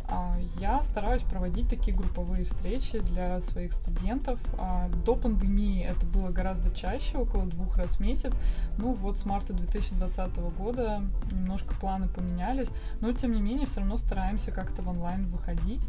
я стараюсь проводить такие групповые встречи для своих студентов. До пандемии это было гораздо чаще, около двух раз в месяц. Ну вот с марта две тысячи двадцатого года немножко планы поменялись, но тем не менее все равно стараемся как-то в онлайн выходить.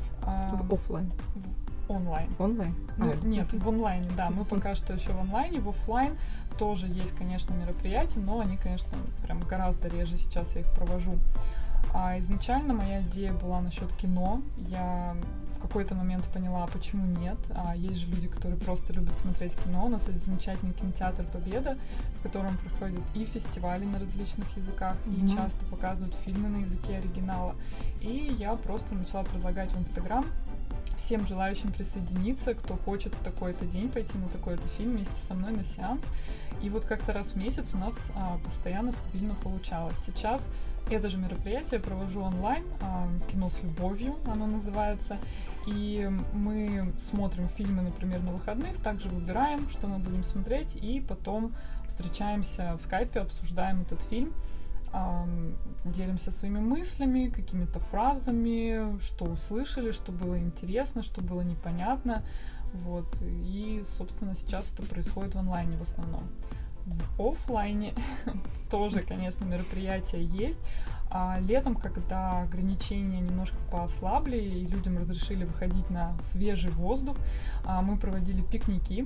В офлайн? В онлайн. Онлайн? Ну, а, нет, в онлайне, да. Мы пока что еще в онлайне. В офлайн тоже есть, конечно, мероприятия, но они, конечно, прям гораздо реже сейчас я их провожу. А изначально моя идея была насчет кино. Я в какой-то момент поняла, почему нет. А есть же люди, которые просто любят смотреть кино. У нас есть замечательный кинотеатр «Победа», в котором проходят и фестивали на различных языках, mm-hmm. и часто показывают фильмы на языке оригинала. И я просто начала предлагать в Инстаграм всем желающим присоединиться, кто хочет в такой-то день пойти на такой-то фильм вместе со мной на сеанс. И вот как-то раз в месяц у нас а, постоянно стабильно получалось. Сейчас это же мероприятие я провожу онлайн, а, «Кино с любовью» оно называется, и мы смотрим фильмы, например, на выходных, также выбираем, что мы будем смотреть, и потом встречаемся в скайпе, обсуждаем этот фильм, а, делимся своими мыслями, какими-то фразами, что услышали, что было интересно, что было непонятно, вот, и, собственно, сейчас это происходит в онлайне в основном. В офлайне тоже, конечно, мероприятия есть. А летом, когда ограничения немножко поослабли и людям разрешили выходить на свежий воздух, мы проводили пикники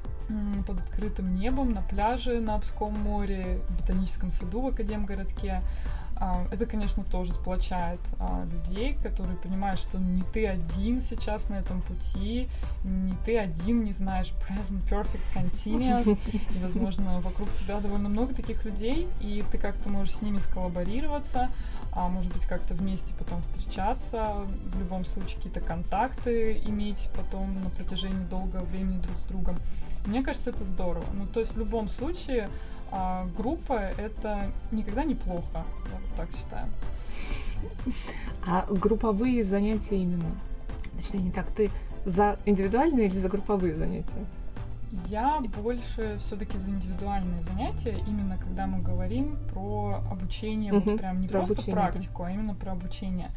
под открытым небом на пляже на Обском море, в ботаническом саду в Академгородке. Это, конечно, тоже сплочает а, людей, которые понимают, что не ты один сейчас на этом пути, не ты один не знаешь present perfect continuous, и, возможно, вокруг тебя довольно много таких людей, и ты как-то можешь с ними сколлаборироваться, а, может быть, как-то вместе потом встречаться, в любом случае какие-то контакты иметь потом на протяжении долгого времени друг с другом. Мне кажется, это здорово. Ну, то есть в любом случае а, группа — это никогда неплохо, я вот так считаю. А групповые занятия именно? Точнее, не так, ты за индивидуальные или за групповые занятия? Я больше все-таки за индивидуальные занятия, именно когда мы говорим про обучение, uh-huh. вот прям не про просто обучение, практику, да. а именно про обучение.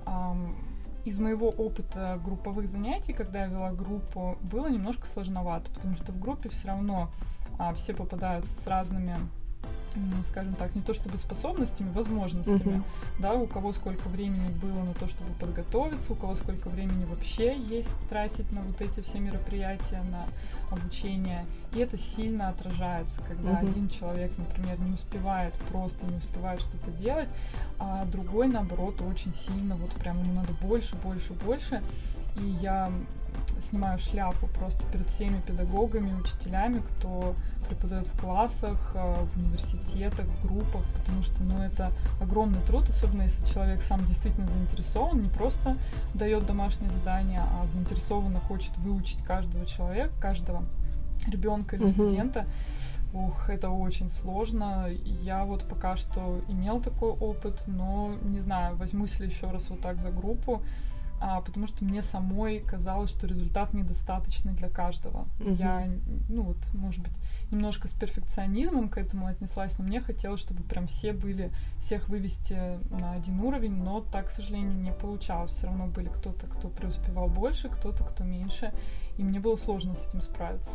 Из моего опыта групповых занятий, когда я вела группу, было немножко сложновато, потому что в группе все равно а, все попадаются с разными, скажем так, не то чтобы способностями, возможностями, uh-huh. да, у кого сколько времени было на то, чтобы подготовиться, у кого сколько времени вообще есть тратить на вот эти все мероприятия, на обучение, и это сильно отражается, когда uh-huh. один человек, например, не успевает, просто не успевает что-то делать, а другой, наоборот, очень сильно, вот прям ему надо больше, больше, больше, и я снимаю шляпу просто перед всеми педагогами, учителями, кто преподает в классах, в университетах, в группах, потому что, ну, это огромный труд, особенно если человек сам действительно заинтересован, не просто дает домашнее задание, а заинтересованно хочет выучить каждого человека, каждого ребенка или mm-hmm. студента. Ух, это очень сложно. Я вот пока что имел такой опыт, но не знаю, возьмусь ли еще раз вот так за группу. А, потому что мне самой казалось, что результат недостаточный для каждого. Mm-hmm. Я, ну вот, может быть, немножко с перфекционизмом к этому отнеслась, но мне хотелось, чтобы прям все были, всех вывести на один уровень, но так, к сожалению, не получалось. Все равно были кто-то, кто преуспевал больше, кто-то, кто меньше, и мне было сложно с этим справиться.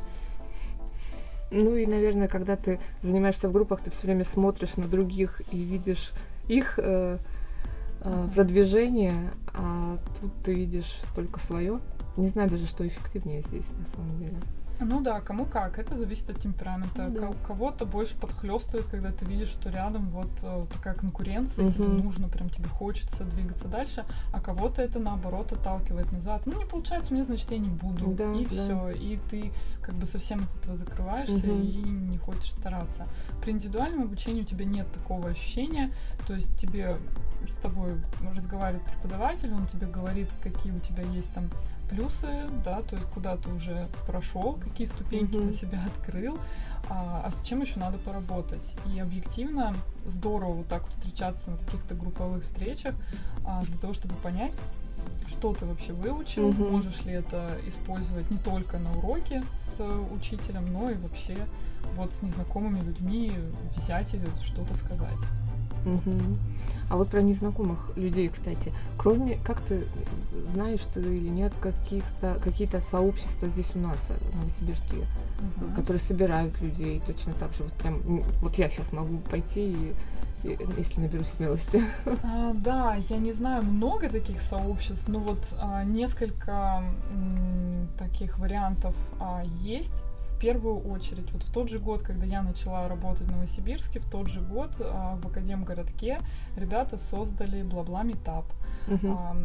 Ну и, наверное, когда ты занимаешься в группах, ты все время смотришь на других и видишь их э, э, продвижение, а тут ты видишь только свое. Не знаю даже, что эффективнее здесь, на самом деле. Ну да, кому как, это зависит от темперамента. Ну, да. К- кого-то больше подхлёстывает, когда ты видишь, что рядом вот э, такая конкуренция, uh-huh. тебе нужно, прям тебе хочется двигаться дальше, а кого-то это наоборот отталкивает назад. Ну не получается мне, значит, я не буду, да, и да. все, и ты как бы совсем от этого закрываешься uh-huh. и не хочешь стараться. При индивидуальном обучении у тебя нет такого ощущения, то есть тебе с тобой разговаривает преподаватель, он тебе говорит, какие у тебя есть там плюсы, да, то есть куда ты уже прошел, какие ступеньки Mm-hmm. для себя открыл, а, а с чем еще надо поработать. И объективно здорово вот так вот встречаться на каких-то групповых встречах а, для того, чтобы понять, что ты вообще выучил, Mm-hmm. можешь ли это использовать не только на уроке с учителем, но и вообще вот с незнакомыми людьми взять и что-то сказать. Угу. А вот про незнакомых людей, кстати, кроме, как ты знаешь ты или нет, каких-то, какие-то сообщества здесь у нас, новосибирские, Угу. которые собирают людей точно так же, вот прям, вот я сейчас могу пойти, и, и, если наберусь смелости. А, да, я не знаю, много таких сообществ, но вот а, несколько м, таких вариантов а, есть. В первую очередь, вот в тот же год, когда я начала работать в Новосибирске, в тот же год а, в Академгородке ребята создали Бла-Бла Meetup. Угу. А,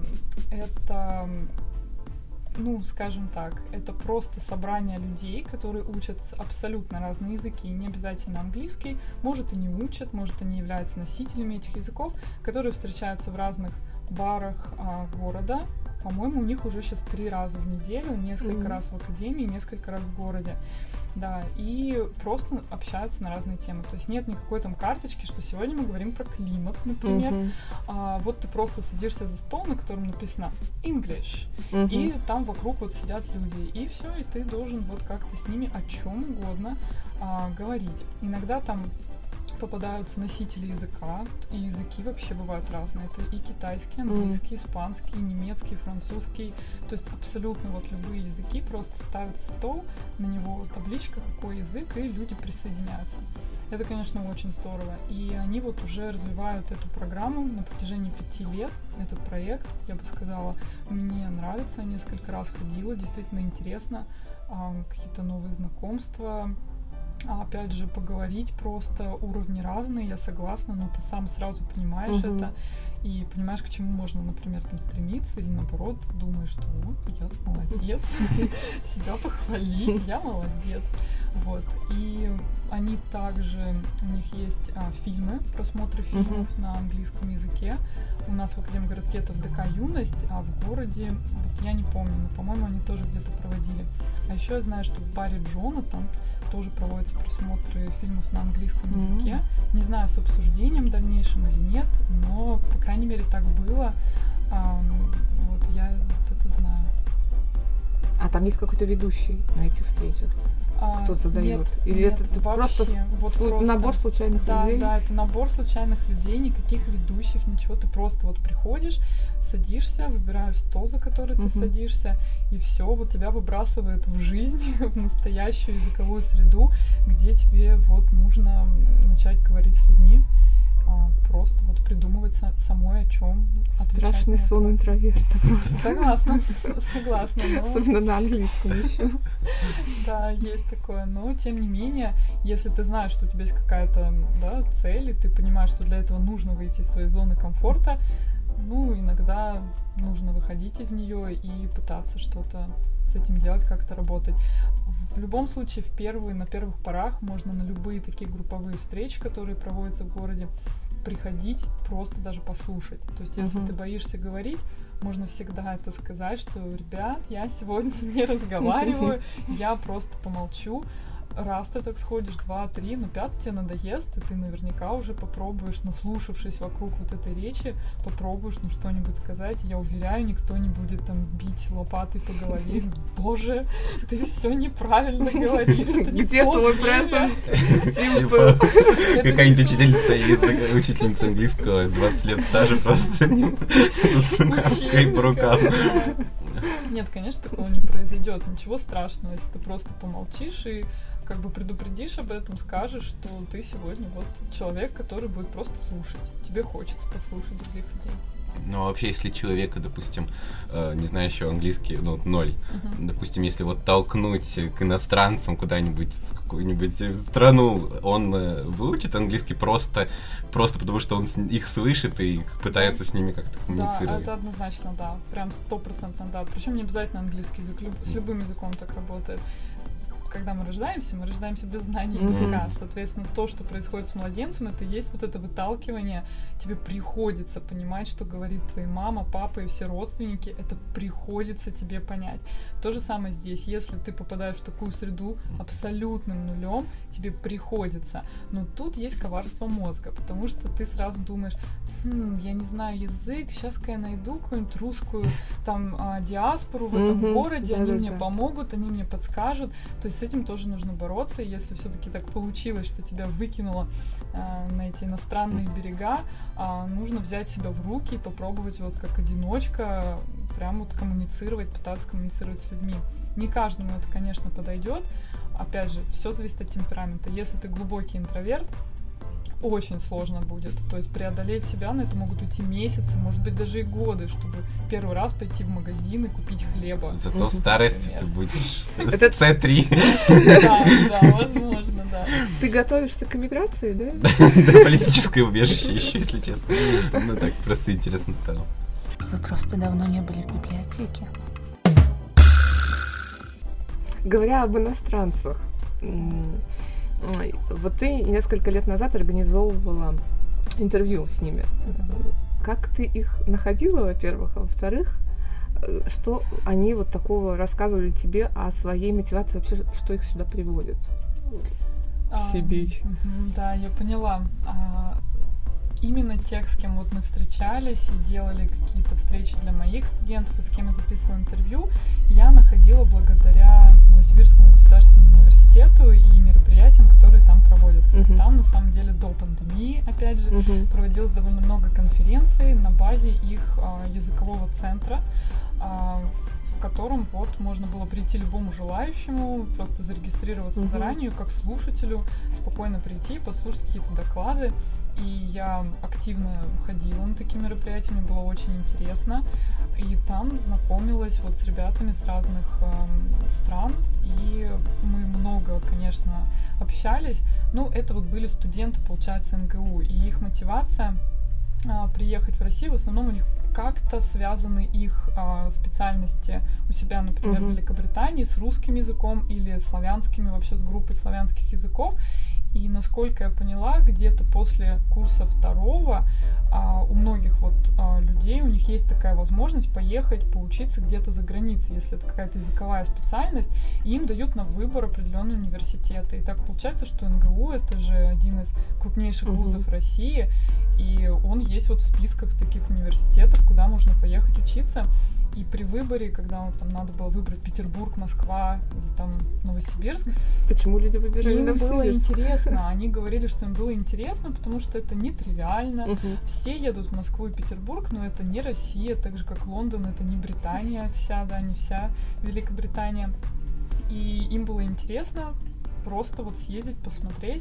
это, ну, скажем так, это просто собрание людей, которые учат абсолютно разные языки, не обязательно английский, может, и не учат, может, они являются носителями этих языков, которые встречаются в разных барах а, города. По-моему, у них уже сейчас три раза в неделю, несколько Mm-hmm. раз в академии, несколько раз в городе. Да, и просто общаются на разные темы. То есть нет никакой там карточки, что сегодня мы говорим про климат, например. Mm-hmm. А, вот ты просто садишься за стол, на котором написано English, Mm-hmm. и там вокруг вот сидят люди. И все, и ты должен вот как-то с ними о чем угодно а, говорить. Иногда там попадаются носители языка, и языки вообще бывают разные. Это и китайский, английский, mm. испанский, немецкий, французский. То есть абсолютно вот любые языки, просто ставится стол, на него табличка, какой язык, и люди присоединяются. Это, конечно, очень здорово. И они вот уже развивают эту программу на протяжении пяти лет. Этот проект, я бы сказала, мне нравится. Несколько раз ходила, действительно интересно. Какие-то новые знакомства. А опять же, поговорить просто, уровни разные, я согласна, но ты сам сразу понимаешь uh-huh. это и понимаешь, к чему можно, например, там стремиться, или наоборот, думаешь, что вот, я молодец, себя похвалить, я молодец. Вот. И они также, у них есть а, фильмы, просмотры фильмов uh-huh. на английском языке. У нас в Академгородке это в ДК «Юность», а в городе, вот я не помню, но, по-моему, они тоже где-то проводили. А еще я знаю, что в баре Джонатан тоже проводятся просмотры фильмов на английском mm-hmm. языке. Не знаю, с обсуждением дальнейшим или нет, но, по крайней мере, так было. А, вот я вот это знаю. А там есть какой-то ведущий на этих встречах? А, Кто-то задает? Нет, Или нет, это вообще, просто, вот слу- просто набор случайных да, людей? Да, это набор случайных людей, никаких ведущих, ничего. Ты просто вот приходишь, садишься, выбираешь стол, за который ты uh-huh. садишься, и все, вот тебя выбрасывает в жизнь, в настоящую языковую среду, где тебе вот нужно начать говорить с людьми. Просто вот придумывать самой, о чем отвечать. Страшный сон интроверта просто. Согласна, согласна. Но... Особенно на английском еще. Да, есть такое. Но, тем не менее, если ты знаешь, что у тебя есть какая-то да, цель, и ты понимаешь, что для этого нужно выйти из своей зоны комфорта, ну, иногда нужно выходить из нее и пытаться что-то с этим делать, как-то работать. В любом случае, в первые, на первых порах можно на любые такие групповые встречи, которые проводятся в городе, приходить, просто даже послушать. То есть, если uh-huh. ты боишься говорить, можно всегда это сказать, что, ребят, я сегодня не разговариваю, я просто помолчу. Раз ты так сходишь, два, три, но пятый тебе надоест, и ты наверняка уже попробуешь, наслушавшись вокруг вот этой речи, попробуешь, ну, что-нибудь сказать. Я уверяю, никто не будет там бить лопатой по голове. Боже, ты все неправильно говоришь. Где твой презент? Какая-нибудь учительница языка, учительница английского, двадцать лет стажа просто с указкой по рукам. Нет, конечно, такого не произойдет. Ничего страшного, если ты просто помолчишь и как бы предупредишь об этом, скажешь, что ты сегодня вот человек, который будет просто слушать. Тебе хочется послушать других людей. Ну, а вообще, если человека, допустим, э, не знающего английский, ну, ноль, uh-huh. допустим, если вот толкнуть к иностранцам куда-нибудь в какую-нибудь страну, он э, выучит английский просто, просто потому, что он с, их слышит и пытается с ними как-то коммуницировать? Да, это однозначно, да. Прям стопроцентно, да. Причем не обязательно английский язык, люб, с любым языком так работает. когда мы рождаемся, мы рождаемся без знания языка. Mm-hmm. Соответственно, то, что происходит с младенцем, это и есть вот это выталкивание. Тебе приходится понимать, что говорит твоя мама, папа и все родственники. Это приходится тебе понять. То же самое здесь. Если ты попадаешь в такую среду абсолютным нулем, тебе приходится. Но тут есть коварство мозга, потому что ты сразу думаешь, хм, я не знаю язык, сейчас-ка я найду какую-нибудь русскую там а, диаспору в этом mm-hmm. городе, да, они да, мне да. помогут, они мне подскажут. То есть с этим тоже нужно бороться, и если все-таки так получилось, что тебя выкинуло а, на эти иностранные берега, а, нужно взять себя в руки и попробовать вот как одиночка прям вот коммуницировать, пытаться коммуницировать с людьми. Не каждому это, конечно, подойдет. Опять же, все зависит от темперамента. Если ты глубокий интроверт, очень сложно будет. То есть преодолеть себя на это могут уйти месяцы, может быть, даже и годы, чтобы первый раз пойти в магазин и купить хлеба. Зато в старости ты будешь с С три. Да, да, возможно, да. Ты готовишься к эмиграции, да? Да, политическое убежище еще, если честно. Ну так, просто интересно стало. Вы просто давно не были в библиотеке. Говоря об иностранцах, вот ты несколько лет назад организовывала интервью с ними. Как ты их находила, во-первых, а во-вторых, что они вот такого рассказывали тебе о своей мотивации, вообще, что их сюда приводит? В Сибирь. А, да, я поняла. А, именно тех, с кем вот мы встречались и делали какие-то встречи для моих студентов, и с кем я записывала интервью, я находила благодаря Новосибирскому государственному университету и мероприятиям, которые там проводятся. Uh-huh. Там, на самом деле, до пандемии, опять же, uh-huh. проводилось довольно много конференций на базе их а, языкового центра, а, в котором вот можно было прийти любому желающему, просто зарегистрироваться uh-huh. заранее, как слушателю, спокойно прийти, послушать какие-то доклады. И я активно ходила на такие мероприятия, мне было очень интересно. И там знакомилась вот с ребятами с разных э, стран, и мы много, конечно, общались. Ну, это вот были студенты, получается, эн гэ у, и их мотивация э, приехать в Россию, в основном у них как-то связаны их э, специальности у себя, например, mm-hmm. в Великобритании с русским языком или славянскими, вообще с группой славянских языков. И насколько я поняла, где-то после курса второго а, у многих вот а, людей, у них есть такая возможность поехать, поучиться где-то за границей, если это какая-то языковая специальность, и им дают на выбор определенные университеты. И так получается, что эн гэ у — это же один из крупнейших вузов mm-hmm. России, и он есть вот в списках таких университетов, куда можно поехать учиться. И при выборе, когда вот, там надо было выбрать Петербург, Москва или там Новосибирск. Почему люди выбирали им Новосибирск? Им было интересно. Они говорили, что им было интересно, потому что это нетривиально. Uh-huh. Все едут в Москву и Петербург, но это не Россия, так же как Лондон, это не Британия вся, да, не вся Великобритания. И им было интересно просто вот съездить, посмотреть,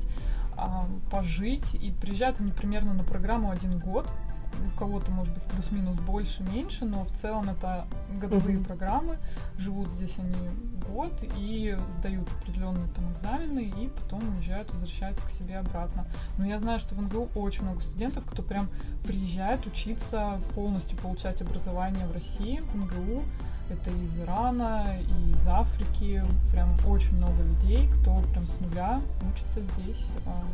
пожить. И приезжают они примерно на программу один год. У кого-то, может быть, плюс-минус больше, меньше, но в целом это годовые uh-huh. программы. Живут здесь они год и сдают определенные там экзамены, и потом уезжают, возвращаются к себе обратно. Но я знаю, что в эн гэ у очень много студентов, кто прям приезжает учиться, полностью получать образование в России. В эн гэ у это из Ирана, и из Африки. Прям очень много людей, кто прям с нуля учится здесь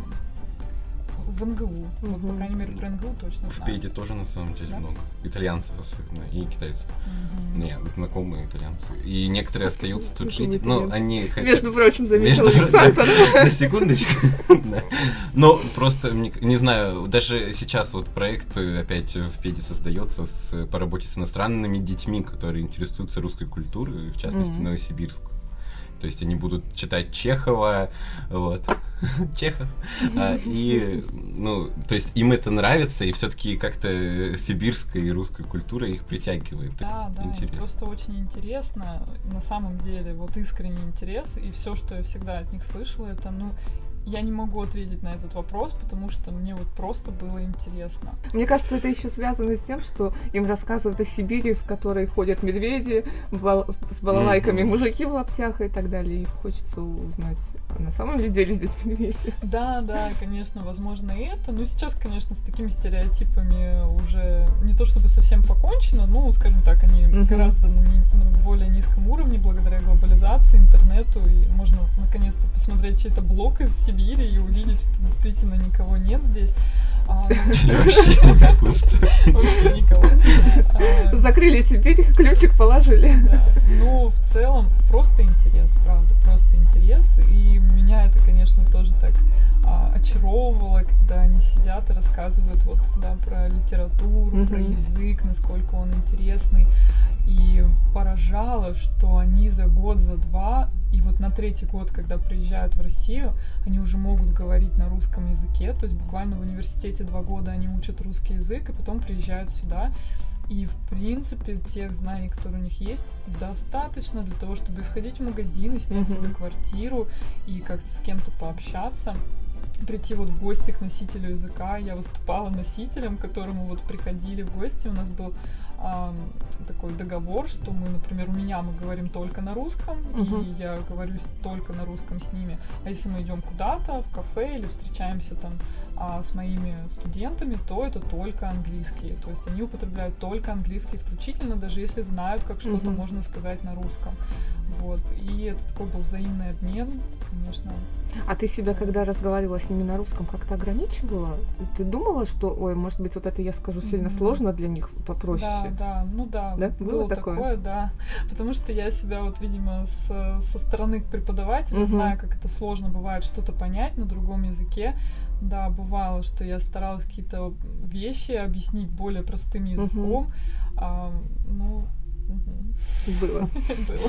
в эн гэ у. Mm-hmm. Вот, по крайней мере, про эн гэ у точно в знаю. В Педе тоже, на самом деле, да? много. Итальянцев особенно, и китайцев. Mm-hmm. Нет, знакомые итальянцы. И некоторые остаются тут жить. Но они хотят... Между прочим, заметил Александр. На секундочку. Но просто, не знаю, даже сейчас вот проект опять в Педе создается по работе с иностранными детьми, которые интересуются русской культурой, в частности, Новосибирску. То есть они будут читать Чехова, вот, Чехов, а, и, ну, то есть им это нравится, и все-таки как-то сибирская и русская культура их притягивает. Да, да, интересно. Просто очень интересно, на самом деле, вот искренний интерес, и все, что я всегда от них слышала, это, ну, Я не могу ответить на этот вопрос, потому что мне вот просто было интересно. Мне кажется, это еще связано с тем, что им рассказывают о Сибири, в которой ходят медведи бал- с балалайками, mm-hmm. мужики в лаптях и так далее. И хочется узнать, на самом ли деле здесь медведи. Да, да, конечно, возможно и это. Но сейчас, конечно, с такими стереотипами уже не то чтобы совсем покончено, но, скажем так, они mm-hmm. гораздо на, ни- на более низком уровне благодаря глобализации, интернету. И можно наконец-то посмотреть чей-то блог из Сибири и увидеть, что действительно никого нет здесь. Вообще никого. Закрыли Сибирь, ключик положили. Ну, в целом, просто интерес, правда, просто интерес. И меня это, конечно, тоже так очаровывало, когда они сидят и рассказывают вот, да, про литературу, про язык, насколько он интересный. И поражало, что они за год, за два, и вот на третий год, когда приезжают в Россию, они уже могут говорить на русском языке, то есть буквально в университете два года они учат русский язык, и потом приезжают сюда. И, в принципе, тех знаний, которые у них есть, достаточно для того, чтобы сходить в магазин и снять mm-hmm. себе квартиру и как-то с кем-то пообщаться. Прийти вот в гости к носителю языка. Я выступала носителем, к которому вот приходили в гости. У нас был а, такой договор, что мы, например, у меня мы говорим только на русском, uh-huh. и я говорю только на русском с ними. А если мы идем куда-то, в кафе или встречаемся там а, с моими студентами, то это только английский. То есть они употребляют только английский исключительно, даже если знают, как что-то uh-huh. можно сказать на русском. Вот. И это такой был взаимный обмен, конечно. А ты себя, когда разговаривала с ними на русском, как-то ограничивала? Ты думала, что, ой, может быть, вот это я скажу сильно mm-hmm. сложно для них, попроще? Да, да, ну да, да? было, было такое? такое, да. Потому что я себя вот, видимо, с, со стороны преподавателя, mm-hmm. знаю, как это сложно бывает что-то понять на другом языке. Да, бывало, что я старалась какие-то вещи объяснить более простым языком. Mm-hmm. А, ну, mm-hmm. Было. Было.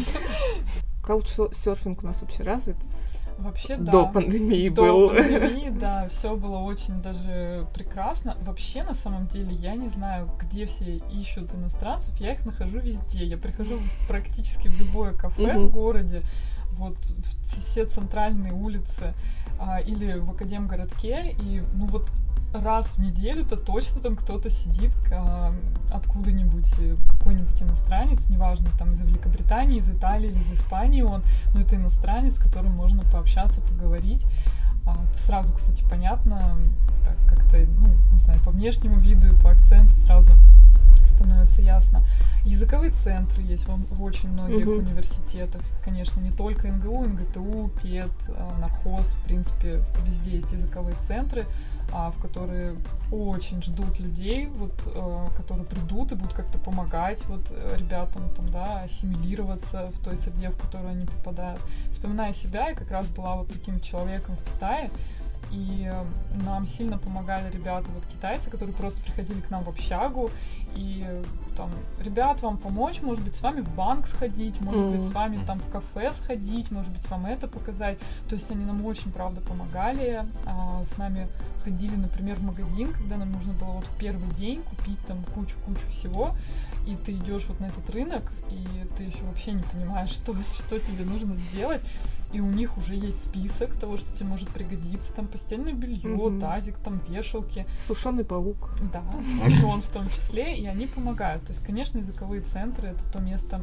Каучсерфинг у нас вообще развит? Вообще, да. До пандемии До был. До пандемии, да, все было очень даже прекрасно. Вообще, на самом деле, я не знаю, где все ищут иностранцев, я их нахожу везде. Я прихожу практически в любое кафе mm-hmm. в городе, вот все центральные улицы а, или в Академгородке, и ну вот раз в неделю-то точно там кто-то сидит а, откуда-нибудь, какой-нибудь иностранец, неважно, там из Великобритании, из Италии или из Испании он, но это иностранец, с которым можно пообщаться, поговорить. А, сразу, кстати, понятно, так как-то, ну, не знаю, по внешнему виду и по акценту сразу становится ясно. Языковые центры есть в, в очень многих mm-hmm. университетах. Конечно, не только эн гэ у, эн гэ тэ у, пед, нархоз, в принципе, везде есть языковые центры, а, в которые очень ждут людей, вот, а, которые придут и будут как-то помогать вот, ребятам там, да, ассимилироваться в той среде, в которую они попадают. Вспоминая себя, я как раз была вот таким человеком в Китае, и нам сильно помогали ребята, вот китайцы, которые просто приходили к нам в общагу, и там, ребят, вам помочь, может быть, с вами в банк сходить, может mm. быть, с вами там в кафе сходить, может быть, вам это показать. То есть они нам очень, правда, помогали. А, с нами ходили, например, в магазин, когда нам нужно было вот в первый день купить там кучу-кучу всего, и ты идешь вот на этот рынок, и ты еще вообще не понимаешь, что, что тебе нужно сделать. И у них уже есть список того, что тебе может пригодиться. Там постельное белье, mm-hmm. тазик, там вешалки. Сушеный паук. Да, и он в том числе, и они помогают. То есть, конечно, языковые центры — это то место,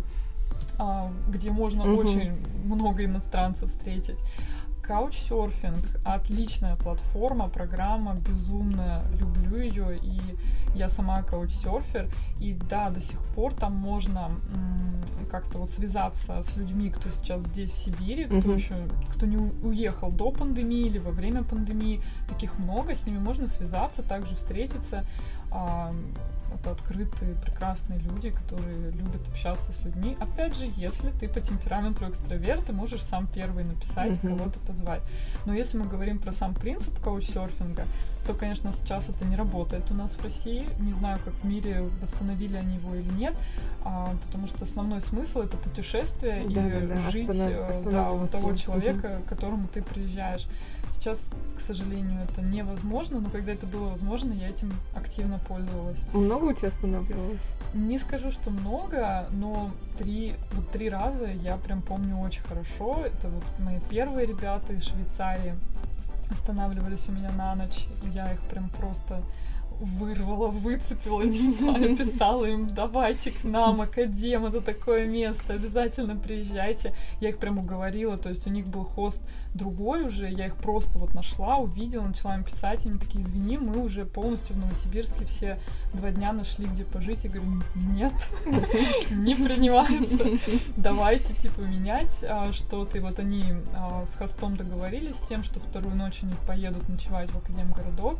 где можно mm-hmm. очень много иностранцев встретить. Каучсерфинг — отличная платформа, программа, безумно люблю ее, и я сама каучсерфер, и да, до сих пор там можно м- как-то вот связаться с людьми, кто сейчас здесь в Сибири, кто mm-hmm. еще, кто не у- уехал до пандемии или во время пандемии, таких много, с ними можно связаться, также встретиться. А, это открытые, прекрасные люди, которые любят общаться с людьми. Опять же, если ты по темпераменту экстраверт, ты можешь сам первый написать, mm-hmm. кого-то позвать. Но если мы говорим про сам принцип каучсерфинга, то, конечно, сейчас это не работает у нас в России. Не знаю, как в мире, восстановили они его или нет, а, потому что основной смысл — это путешествие да, и да, да. жить Останов... да, у того человека, угу. к которому ты приезжаешь. Сейчас, к сожалению, это невозможно, но когда это было возможно, я этим активно пользовалась. Много у тебя останавливалось? Не скажу, что много, но три, вот три раза я прям помню очень хорошо. Это вот мои первые ребята из Швейцарии. останавливались у меня на ночь, и я их прям просто вырвала, выцепила, не знаю, писала им: давайте к нам, Академ, это такое место, обязательно приезжайте. Я их прям уговорила, то есть у них был хост другой уже, я их просто вот нашла, увидела, начала им писать, и они такие: извини, мы уже полностью в Новосибирске все два дня нашли, где пожить. Я говорю: нет, не принимается, давайте, типа, менять что-то. И вот они с хостом договорились с тем, что вторую ночь у них поедут ночевать в Академгородок.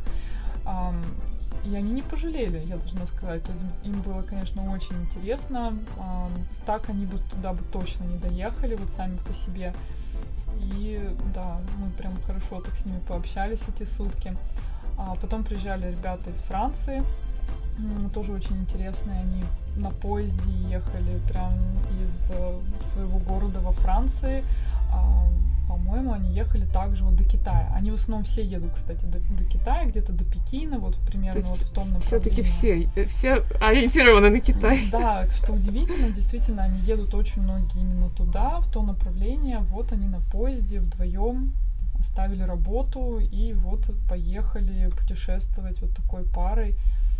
И они не пожалели, я должна сказать. То есть им было, конечно, очень интересно. Так они бы туда бы точно не доехали, вот сами по себе. И да, мы прям хорошо так с ними пообщались эти сутки. А потом приезжали ребята из Франции, тоже очень интересные. Они на поезде ехали прям из своего города во Франции. По-моему, они ехали также вот до Китая. Они в основном все едут, кстати, до, до Китая, где-то до Пекина, вот примерно вот в том направлении. Все-таки все, все ориентированы на Китай. Да, что удивительно, действительно, они едут очень многие именно туда, в то направление. Вот они на поезде вдвоем оставили работу и вот поехали путешествовать вот такой парой.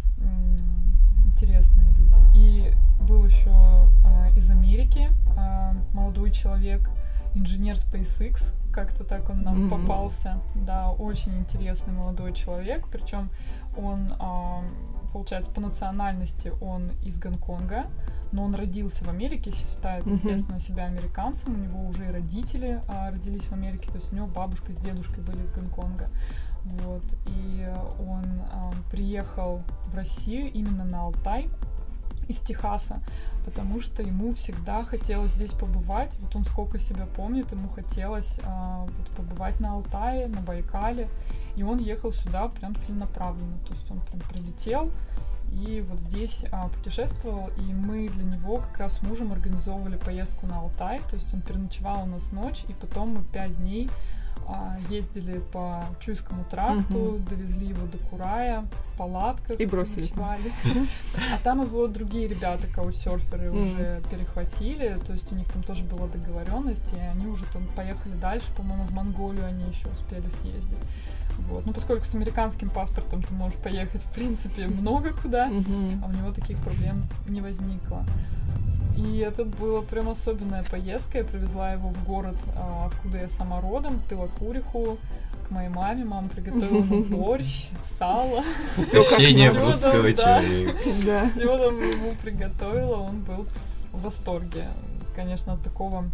Интересные люди. И был еще э, из Америки э, молодой человек, инженер SpaceX, как-то так он нам mm-hmm. попался. Да, очень интересный молодой человек, причем он, а, получается, по национальности он из Гонконга, но он родился в Америке, считает, естественно, mm-hmm. себя американцем, у него уже и родители а, родились в Америке, то есть у него бабушка с дедушкой были из Гонконга. Вот, и он а, приехал в Россию именно на Алтай из Техаса, потому что ему всегда хотелось здесь побывать. Вот он сколько себя помнит, ему хотелось а, вот, побывать на Алтае, на Байкале, и он ехал сюда прям целенаправленно. То есть он прям прилетел и вот здесь а, путешествовал, и мы для него как раз с мужем организовывали поездку на Алтай. То есть он переночевал у нас ночь, и потом мы пять дней ездили по Чуйскому тракту, uh-huh. довезли его до Курая в палатках и бросили. Ночевали. А там его другие ребята, каучсерферы, uh-huh. уже перехватили, то есть у них там тоже была договоренность, и они уже там поехали дальше, по-моему, в Монголию они еще успели съездить. Вот. Ну, поскольку с американским паспортом ты можешь поехать, в принципе, много куда, uh-huh. а у него таких проблем не возникло. И это была прям особенная поездка. Я привезла его в город, откуда я сама родом, в Белокуриху, к моей маме. Мама приготовила ему борщ, сало. Ощущение русского человека. Все там ему приготовила. Он был в восторге, конечно, от такого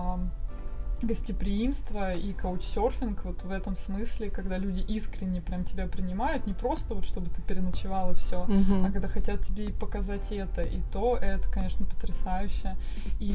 гостеприимство и каучсерфинг вот в этом смысле, когда люди искренне прям тебя принимают, не просто вот чтобы ты переночевал и все, uh-huh. а когда хотят тебе и показать это, и то, это, конечно, потрясающе. И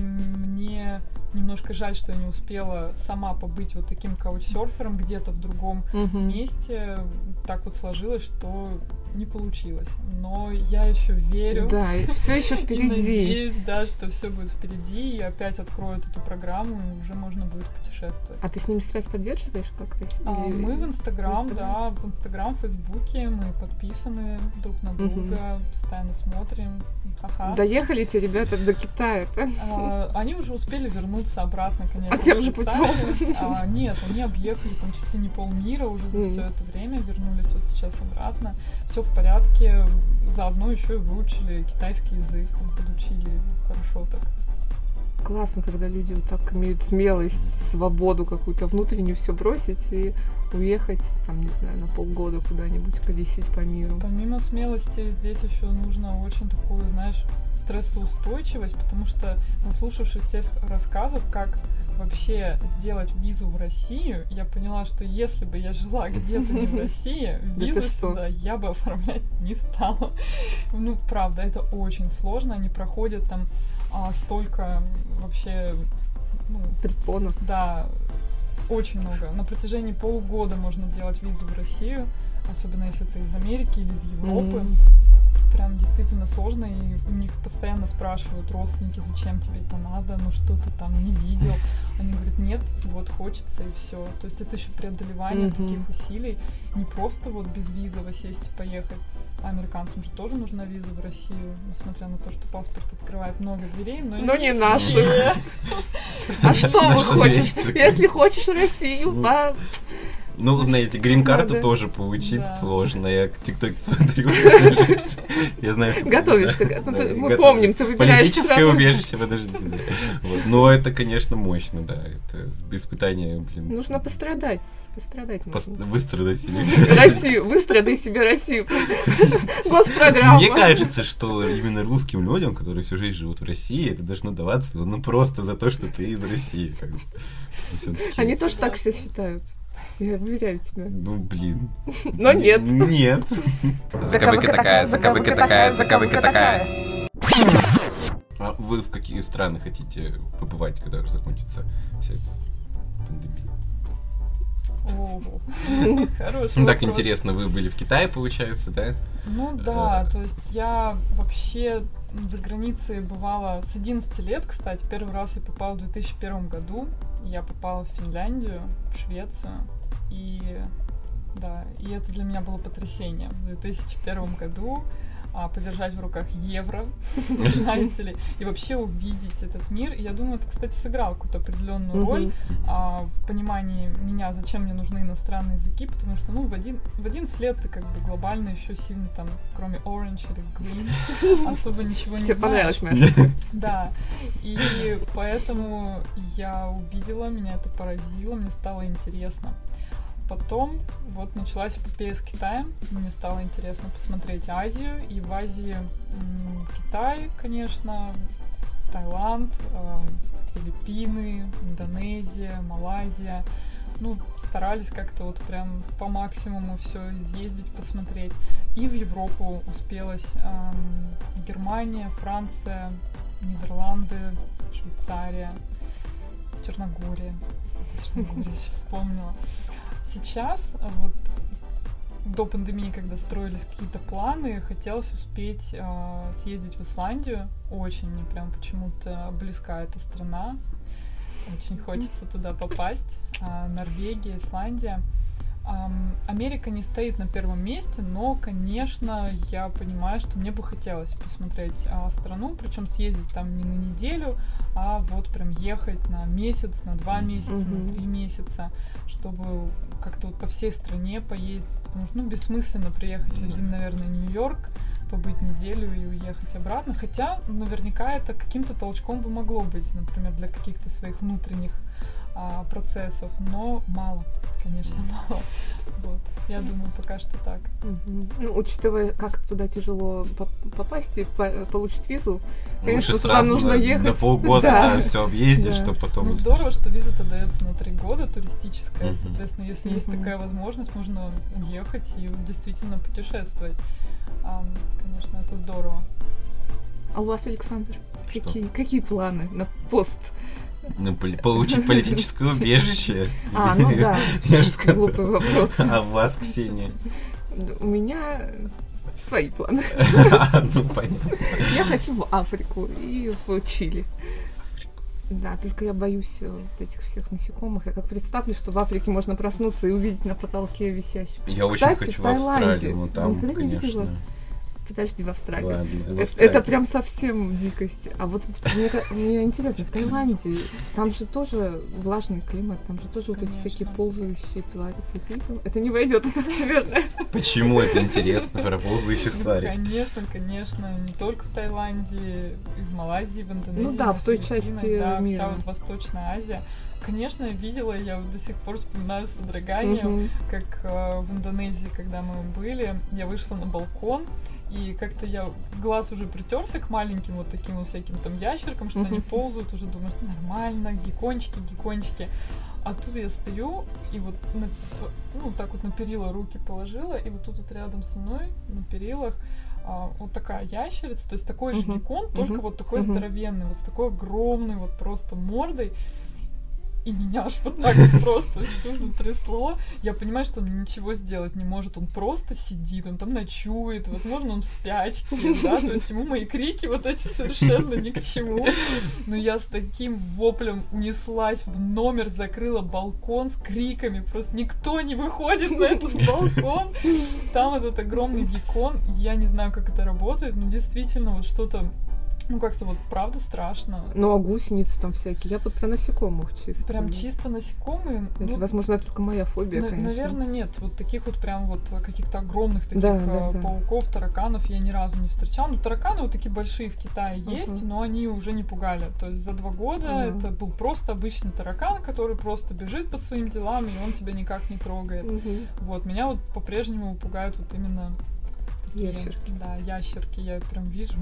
мне немножко жаль, что я не успела сама побыть вот таким каучсерфером где-то в другом uh-huh. месте. Так вот сложилось, что не получилось. Но я еще верю. Да, все еще впереди. И надеюсь, да, что все будет впереди, и опять откроют эту программу, и уже можно будет путешествовать. А ты с ними связь поддерживаешь как-то? А, мы в Инстаграм, да, в Инстаграм, в Фейсбуке, мы подписаны друг на друга, угу. постоянно смотрим. Ха-ха. Доехали эти ребята до Китая-то? А, они уже успели вернуться обратно, конечно. А тем же путем? А, нет, они объехали там чуть ли не полмира уже за mm. все это время, вернулись вот сейчас обратно. Все в порядке, заодно еще и выучили китайский язык, там, подучили хорошо так. Классно, когда люди вот так имеют смелость, свободу какую-то внутреннюю все бросить и уехать, там, не знаю, на полгода куда-нибудь колесить по миру. Помимо смелости здесь еще нужно очень такую, знаешь, стрессоустойчивость, потому что, наслушавшись всех рассказов, как вообще сделать визу в Россию, я поняла, что если бы я жила где-то не в России, визу сюда я бы оформлять не стала. Ну, правда, это очень сложно, они проходят там а, столько вообще... Ну, препонов. Да, очень много. На протяжении полугода можно делать визу в Россию, особенно если ты из Америки или из Европы. Mm-hmm. Прям действительно сложно, и у них постоянно спрашивают родственники, зачем тебе это надо, ну что ты там не видел. Они говорят, нет, вот хочется, и все. То есть это еще преодолевание mm-hmm. таких усилий. Не просто вот без визово сесть и поехать. А американцам же тоже нужна виза в Россию, несмотря на то, что паспорт открывает много дверей, но, но не наши. А что вы хотите? Если хочешь Россию, Ну, Значит, знаете, грин-карту надо. тоже получить Да. сложно. Я в ТикТоке смотрю. Я знаю... Готовишься. Да, Ну, ты- Мы готов- помним, ты выбираешь Политическое страну. убежище, подожди. да. Вот. Но это, конечно, мощно, да. Это испытание, блин. Нужно пострадать. Пострадать пос- нужно. Выстрадать себе. Россию. Выстрадай себе Россию. Госпрограмма. Мне кажется, что именно русским людям, которые всю жизнь живут в России, это должно даваться, ну, просто за то, что ты из России. Как бы. Всё-таки. Они тоже так все считают. Я уверяю тебя. Ну, блин. Но нет. Нет. Заковыка такая, заковыка такая, заковыка такая. А вы в какие страны хотите побывать, когда уже закончится вся эта пандемия? Ого. Хороший Ну, так вопрос. интересно, вы были в Китае, получается, да? Ну да, Э. то есть я вообще за границей бывала с одиннадцати лет, кстати. Первый раз я попала в две тысячи первом году. Я попала в Финляндию, в Швецию. И да, и это для меня было потрясением. В две тысячи первом году а, подержать в руках евро, знаете ли, и вообще увидеть этот мир. И я думаю, это, кстати, сыграло какую-то определенную роль а, в понимании меня, зачем мне нужны иностранные языки, потому что, ну, в, один, в одиннадцать лет ты как бы глобально еще сильно там, кроме orange или green, особо ничего не Тебе знаешь. понравилось, Маша? Да, и поэтому я увидела, меня это поразило, мне стало интересно. Потом вот началась эпопея с Китаем, мне стало интересно посмотреть Азию, и в Азии м, Китай, конечно, Таиланд, э, Филиппины, Индонезия, Малайзия. Ну, старались как-то вот прям по максимуму все изъездить, посмотреть. И в Европу успелось эм, Германия, Франция, Нидерланды, Швейцария, Черногория. Черногория еще вспомнила. Сейчас, вот до пандемии, когда строились какие-то планы, хотелось успеть э, съездить в Исландию. Очень мне прям почему-то близка эта страна. Очень хочется туда попасть. Э, Норвегия, Исландия. Эм, Америка не стоит на первом месте, но, конечно, я понимаю, что мне бы хотелось посмотреть э, страну, причем съездить там не на неделю, а вот прям ехать на месяц, на два месяца, Мгм. на три месяца, чтобы как-то вот по всей стране поездить, потому что, ну, бессмысленно приехать в один, наверное, Нью-Йорк, побыть неделю и уехать обратно, хотя наверняка это каким-то толчком бы могло быть, например, для каких-то своих внутренних а, процессов, но мало, конечно, мало. Вот, я думаю, пока что так. Мгм. Ну, учитывая, как туда тяжело по- попасть и по- получить визу, конечно, Лучше туда сразу нужно на, ехать. на полгода Да. да, все объездишь, Да. чтобы потом... Ну, здорово, что виза-то дается на три года, туристическая, Мгм. соответственно, если есть Мгм. такая возможность, можно уехать и действительно путешествовать. А, конечно, это здорово. А у вас, Александр, Что? какие, какие планы на пост? Ну, поли- получить политическое убежище. А, ну да, Я же сказал. глупый вопрос. А у вас, Ксения? У меня свои планы. Ну, понятно. Я хочу в Африку и в Чили. Да, только я боюсь э, вот этих всех насекомых. Я как представлю, что в Африке можно проснуться и увидеть на потолке висящих. Я очень Кстати, хочу в в Австралию, Таиланде. но там, Никогда не видела. конечно... Подожди, в Австралии. Ладно, в Это, Австралии. это прям совсем дикость. А вот в- мне, ка- мне интересно, в Таиланде, там же тоже влажный климат, там же тоже вот эти Конечно. всякие ползающие твари. Ты их видел? Это не войдет у нас, наверное. Почему это интересно про ползающих Ну, тварей? конечно, конечно, не только в Таиланде, и в Малайзии, в Индонезии. Ну да, на в той Филиппинах, части да, мира. вся вот Восточная Азия. Конечно, я видела, я вот до сих пор вспоминаю с содроганием, Мгм. как э, в Индонезии, когда мы были, я вышла на балкон, и как-то я глаз уже притерся к маленьким вот таким вот всяким там ящеркам, что они Мгм. ползают, уже думаешь, ну, нормально, геккончики, геккончики. А тут я стою и вот на, ну, так вот на перила руки положила, и вот тут вот рядом со мной на перилах а, вот такая ящерица, то есть такой же Мгм. геккон, только Мгм. вот такой Мгм. здоровенный, вот с такой огромной вот просто мордой. И меня аж вот так вот просто всю затрясло. Я понимаю, что он ничего сделать не может. Он просто сидит, он там ночует, возможно, он в спячке, да, то есть ему мои крики вот эти совершенно ни к чему. Но я с таким воплем унеслась в номер, закрыла балкон с криками. Просто никто не выходит на этот балкон. Там этот огромный геккон. Я не знаю, как это работает, но действительно вот что-то Ну, как-то вот правда страшно. Ну, а гусеницы там всякие. Я вот про насекомых чисто. Прям чисто насекомые? Ну, возможно, это только моя фобия, на- конечно. Наверное, нет. Вот таких вот прям вот каких-то огромных таких да, да, да. пауков, тараканов я ни разу не встречала. Ну, тараканы вот такие большие в Китае uh-huh. есть, но они уже не пугали. То есть за два года uh-huh. это был просто обычный таракан, который просто бежит по своим делам, и он тебя никак не трогает. Uh-huh. Вот, меня вот по-прежнему пугают вот именно ящерки. Да, ящерки, я прям вижу.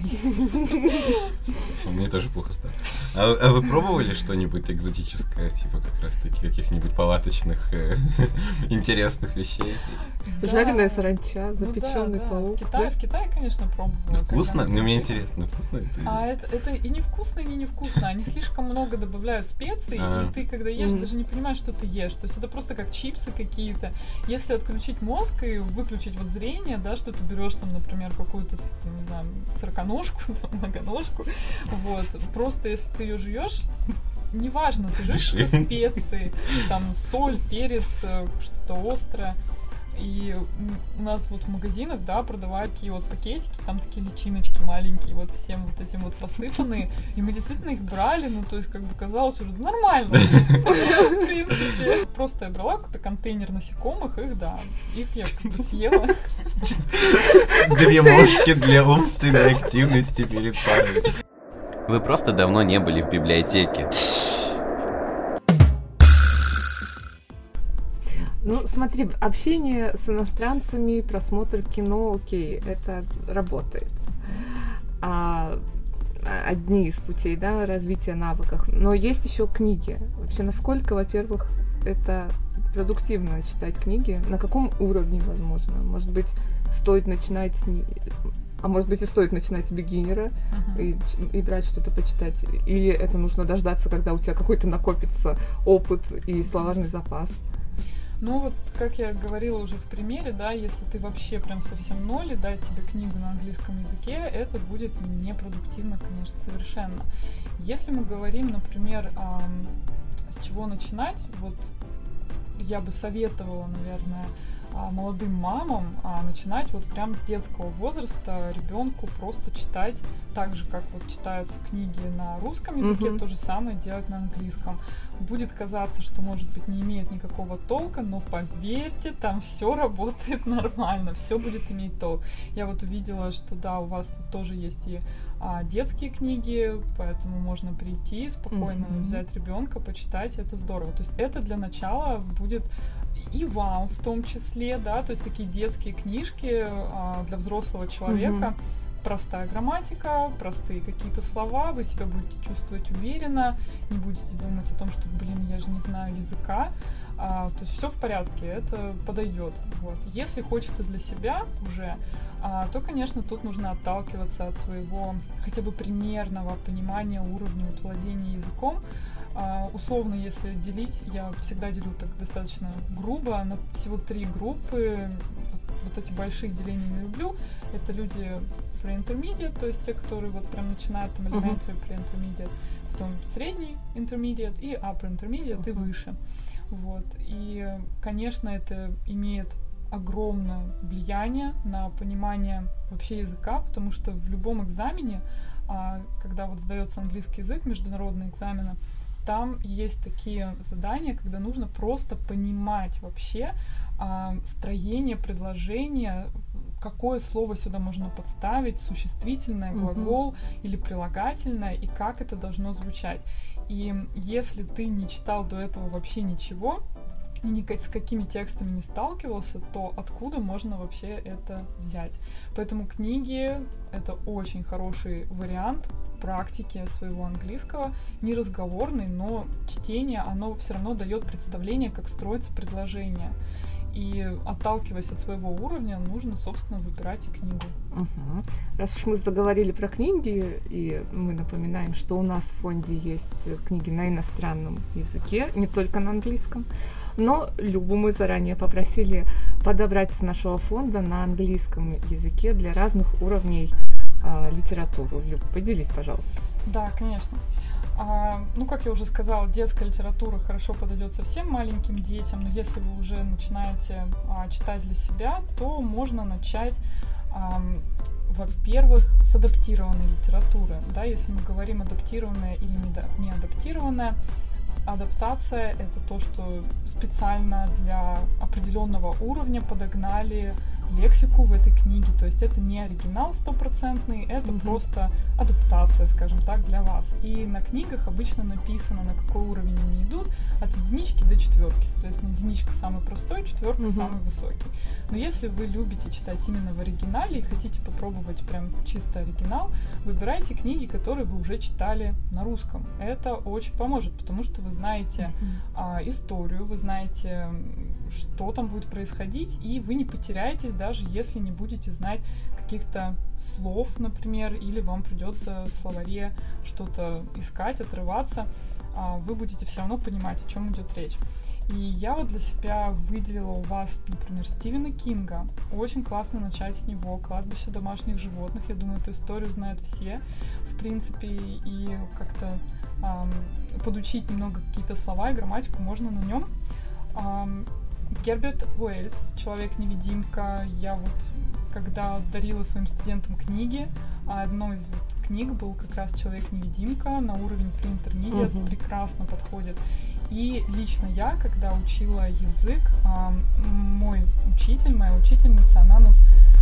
Мне тоже плохо стало. А, а вы пробовали что-нибудь экзотическое, типа как раз-таки каких-нибудь палаточных э, интересных вещей? Да. Жареная саранча, запеченный ну, да, да. паук. В Китае, да? в Китае, конечно, пробовала. Вкусно? Ну, мне интересно, вкусно это? А это, это и невкусно, и не невкусно. Они слишком много добавляют специй, А-а-а. и ты, когда ешь, mm. даже не понимаешь, что ты ешь. То есть это просто как чипсы какие-то. Если отключить мозг и выключить вот зрение, да, что ты берешь там, например, какую-то, там, не знаю, сороконожку, там, многоножку, вот, просто если ты ее жуешь, неважно, ты жуешь какие-то специи, там, соль, перец, что-то острое. И у нас вот в магазинах, да, продавали такие вот пакетики, там такие личиночки маленькие, вот всем вот этим вот посыпанные. И мы действительно их брали, ну, то есть, как бы казалось уже нормально, в принципе. Просто я брала какой-то контейнер насекомых, их, да, их я как бы съела. Две мошки для умственной активности перед парой. Вы просто давно не были в библиотеке. Ну, смотри, общение с иностранцами, просмотр кино, окей, это работает. А, одни из путей, да, развития навыков. Но есть еще книги. Вообще, насколько, во-первых, это продуктивно читать книги? На каком уровне, возможно? Может быть, стоит начинать с... А может быть, и стоит начинать с бигинера uh-huh. и, и брать что-то почитать? Или это нужно дождаться, когда у тебя какой-то накопится опыт и словарный запас? Ну вот, как я говорила уже в примере, да, если ты вообще прям совсем ноль, и дать тебе книгу на английском языке, это будет непродуктивно, конечно, совершенно. Если мы говорим, например, эм, с чего начинать, вот я бы советовала, наверное, молодым мамам а, начинать вот прям с детского возраста ребенку просто читать так же, как вот читаются книги на русском языке, mm-hmm. то же самое делать на английском. Будет казаться, что, может быть, не имеет никакого толка, но поверьте, там все работает нормально, все будет иметь толк. Я вот увидела, что да, у вас тут тоже есть и а, детские книги, поэтому можно прийти спокойно, mm-hmm. взять ребенка, почитать, это здорово. То есть это для начала будет и вам в том числе, да, то есть такие детские книжки а, для взрослого человека, mm-hmm. простая грамматика, простые какие-то слова, вы себя будете чувствовать уверенно, не будете думать о том, что, блин, я же не знаю языка, а, то есть все в порядке, это подойдет. Вот. Если хочется для себя уже, а, то, конечно, тут нужно отталкиваться от своего хотя бы примерного понимания уровня вот, владения языком. Uh, условно, если делить, я всегда делю так достаточно грубо, на всего три группы. Вот, вот эти большие деления не люблю. Это люди pre-intermediate, то есть те, которые вот прям начинают там elementary, uh-huh. pre-intermediate, потом средний intermediate и upper intermediate uh-huh. и выше. Вот. И, конечно, это имеет огромное влияние на понимание вообще языка, потому что в любом экзамене, uh, когда вот сдается английский язык, международные экзамены, там есть такие задания, когда нужно просто понимать вообще э, строение предложения, какое слово сюда можно подставить, существительное, глагол mm-hmm. или прилагательное, и как это должно звучать. И если ты не читал до этого вообще ничего, и ни с какими текстами не сталкивался, то откуда можно вообще это взять? Поэтому книги — это очень хороший вариант практики своего английского, не разговорный, но чтение, оно все равно дает представление, как строится предложение. И, отталкиваясь от своего уровня, нужно, собственно, выбирать и книгу. Угу. Раз уж мы заговорили про книги, и мы напоминаем, что у нас в фонде есть книги на иностранном языке, не только на английском, но Любу мы заранее попросили подобрать из нашего фонда на английском языке для разных уровней э, литературу. Люб, поделись, пожалуйста. Да, конечно. А, ну, как я уже сказала, детская литература хорошо подойдет совсем маленьким детям, но если вы уже начинаете а, читать для себя, то можно начать а, во-первых, с адаптированной литературы. Да, если мы говорим адаптированная или не адаптированная, адаптация — это то, что специально для определенного уровня подогнали лексику в этой книге. То есть это не оригинал стопроцентный, это mm-hmm. просто адаптация, скажем так, для вас. И на книгах обычно написано, на какой уровень они идут, от единички до четверки. Соответственно, единичка самый простой, четверка mm-hmm. самый высокий. Но если вы любите читать именно в оригинале и хотите попробовать прям чисто оригинал, выбирайте книги, которые вы уже читали на русском. Это очень поможет, потому что вы знаете mm-hmm. а, историю, вы знаете, что там будет происходить, и вы не потеряетесь, даже если не будете знать каких-то слов, например, или вам придется в словаре что-то искать, отрываться, вы будете все равно понимать, о чем идет речь. И я вот для себя выделила у вас, например, Стивена Кинга. Очень классно начать с него. «Кладбище домашних животных». Я думаю, эту историю знают все, в принципе, и как-то эм, подучить немного какие-то слова и грамматику можно на нем. Эм, Герберт Уэллс «Человек-невидимка». Я вот, когда дарила своим студентам книги, одной из вот книг был как раз «Человек-невидимка» на уровень pre-intermediate, uh-huh. прекрасно подходит. И лично я, когда учила язык, мой учитель, моя учительница, она нас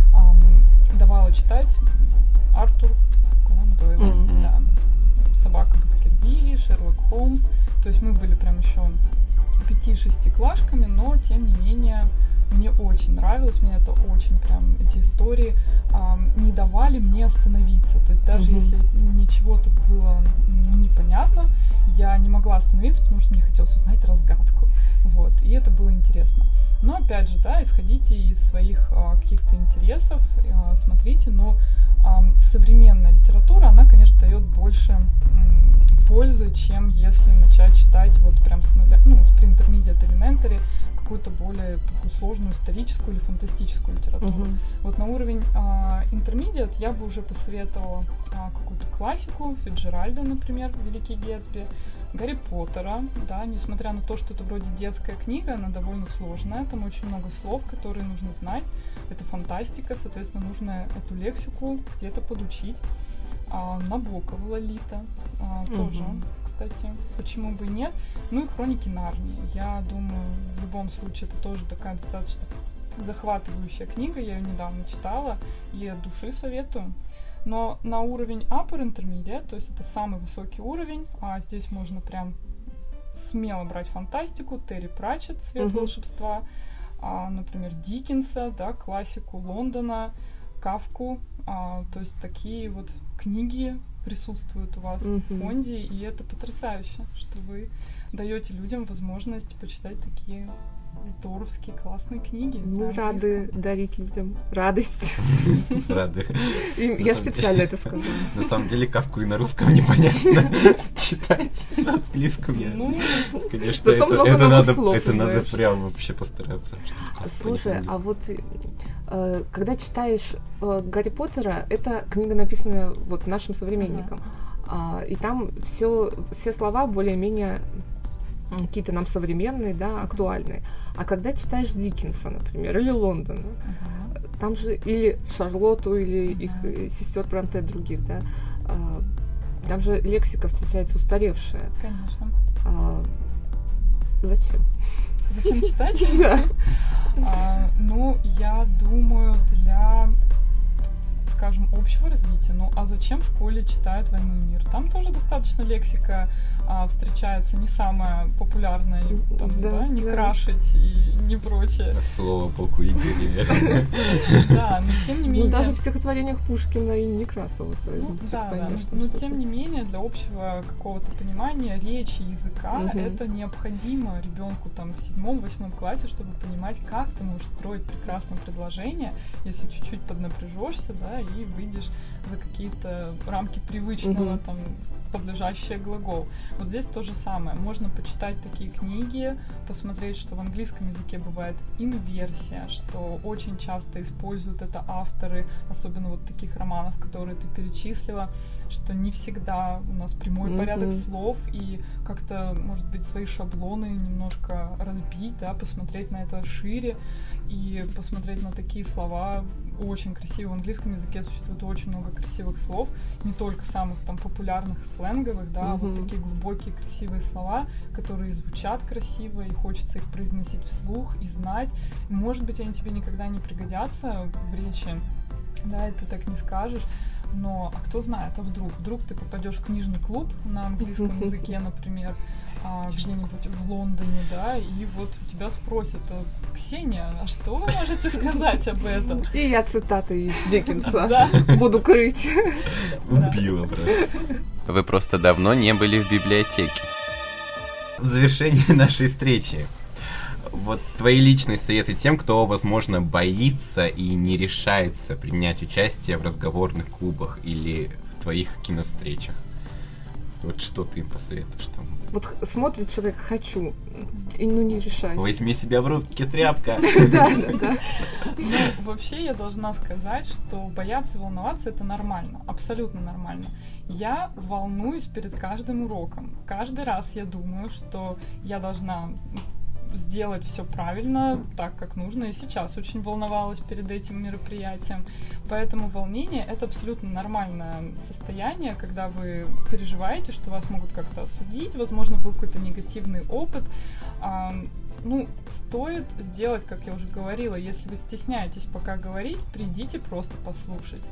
давала читать Артур Конан Дойл, uh-huh. да, «Собака Баскервилей», «Шерлок Холмс». То есть мы были прям еще пяти-шестиклашками, но тем не менее мне очень нравилось, мне это очень прям, эти истории а, не давали мне остановиться. То есть даже mm-hmm. если ничего-то было непонятно, я не могла остановиться, потому что мне хотелось узнать разгадку. Вот, и это было интересно. Но опять же, да, исходите из своих а, каких-то интересов, а, смотрите, но а, современная литература, она, конечно, дает больше м, пользы, чем если начать читать вот прям с нуля, ну, с pre-intermediate elementary, какую-то более такую сложную историческую или фантастическую литературу. Uh-huh. Вот на уровень а, intermediate я бы уже посоветовала а, какую-то классику, Фицджеральда, например, «Великий Гэтсби», Гарри Поттера, да, несмотря на то, что это вроде детская книга, она довольно сложная, там очень много слов, которые нужно знать, это фантастика, соответственно, нужно эту лексику где-то подучить. А, Набокова «Лолита» а, угу. тоже, кстати, почему бы и нет. Ну и «Хроники Нарнии». Я думаю, в любом случае, это тоже такая достаточно захватывающая книга. Я ее недавно читала и от души советую. Но на уровень upper intermediate, то есть это самый высокий уровень, а здесь можно прям смело брать фантастику, Терри Пратчетт, «Свет угу. волшебства», а, например, Диккенса, да, классику Лондона, Кафку. А, то есть такие вот книги присутствуют у вас mm-hmm. в фонде, и это потрясающе, что вы даете людям возможность почитать такие здоровские, классные книги. Мы рады дарить людям радость. Рады. Я специально это сказала. На самом деле Кафку и на русском непонятно читать, на английском. Конечно, это надо прям вообще постараться. Слушай, а вот когда читаешь Гарри Поттера, это книга, написанная вот нашим современникам, и там все, все слова более-менее какие-то нам современные, да, актуальные. А когда читаешь Диккенса, например, или Лондона, uh-huh. там же или Шарлотту, или uh-huh. их сестер Бронте других, да, а, там же лексика встречается устаревшая. Конечно. А, зачем? Зачем читать? Да. А, ну, я думаю, для, скажем, общего развития. Ну, а зачем в школе читают «Войну и мир»? Там тоже достаточно лексика а, встречается, не самая популярная, там, да, да, не да. крашить и не прочее. Слово «богу» и деревья. Да, но тем не менее... Ну, даже в стихотворениях Пушкина и Некрасова. Да, да, но тем не менее, для общего какого-то понимания речи, языка, это необходимо ребенку там в седьмом-восьмом классе, чтобы понимать, как ты можешь строить прекрасное предложение, если чуть-чуть поднапряжешься, да, и выйдешь за какие-то рамки привычного, mm-hmm. там, подлежащий глагол. Вот здесь то же самое. Можно почитать такие книги, посмотреть, что в английском языке бывает инверсия, что очень часто используют это авторы, особенно вот таких романов, которые ты перечислила, что не всегда у нас прямой mm-hmm. порядок слов, и как-то, может быть, свои шаблоны немножко разбить, да, посмотреть на это шире. и посмотреть на такие слова. Очень красиво. В английском языке существует очень много красивых слов, не только самых там популярных сленговых, да, mm-hmm. вот такие глубокие красивые слова, которые звучат красиво, и хочется их произносить вслух и знать. И, может быть, они тебе никогда не пригодятся в речи, да, и ты так не скажешь. Но, а кто знает, а вдруг? Вдруг ты попадешь в книжный клуб на английском языке, например, а, где-нибудь в Лондоне, да, и вот у тебя спросят: Ксения, а что вы можете сказать об этом? И я цитаты из Диккенса буду крыть. Убила просто. Вы просто давно не были в библиотеке. В завершении нашей встречи, вот твои личные советы тем, кто, возможно, боится и не решается принять участие в разговорных клубах или в твоих киновстречах. Вот что ты им посоветуешь там? Вот смотрит человек «хочу», и ну не решаюсь. Возьми себя в руки, тряпка. Да, да, да. Ну, вообще я должна сказать, что бояться и волноваться — это нормально, абсолютно нормально. Я волнуюсь перед каждым уроком. Каждый раз я думаю, что я должна сделать все правильно, так, как нужно. И сейчас очень волновалась перед этим мероприятием. Поэтому волнение — это абсолютно нормальное состояние, когда вы переживаете, что вас могут как-то осудить, возможно, был какой-то негативный опыт. А, ну, стоит сделать, как я уже говорила, если вы стесняетесь пока говорить, придите просто послушать.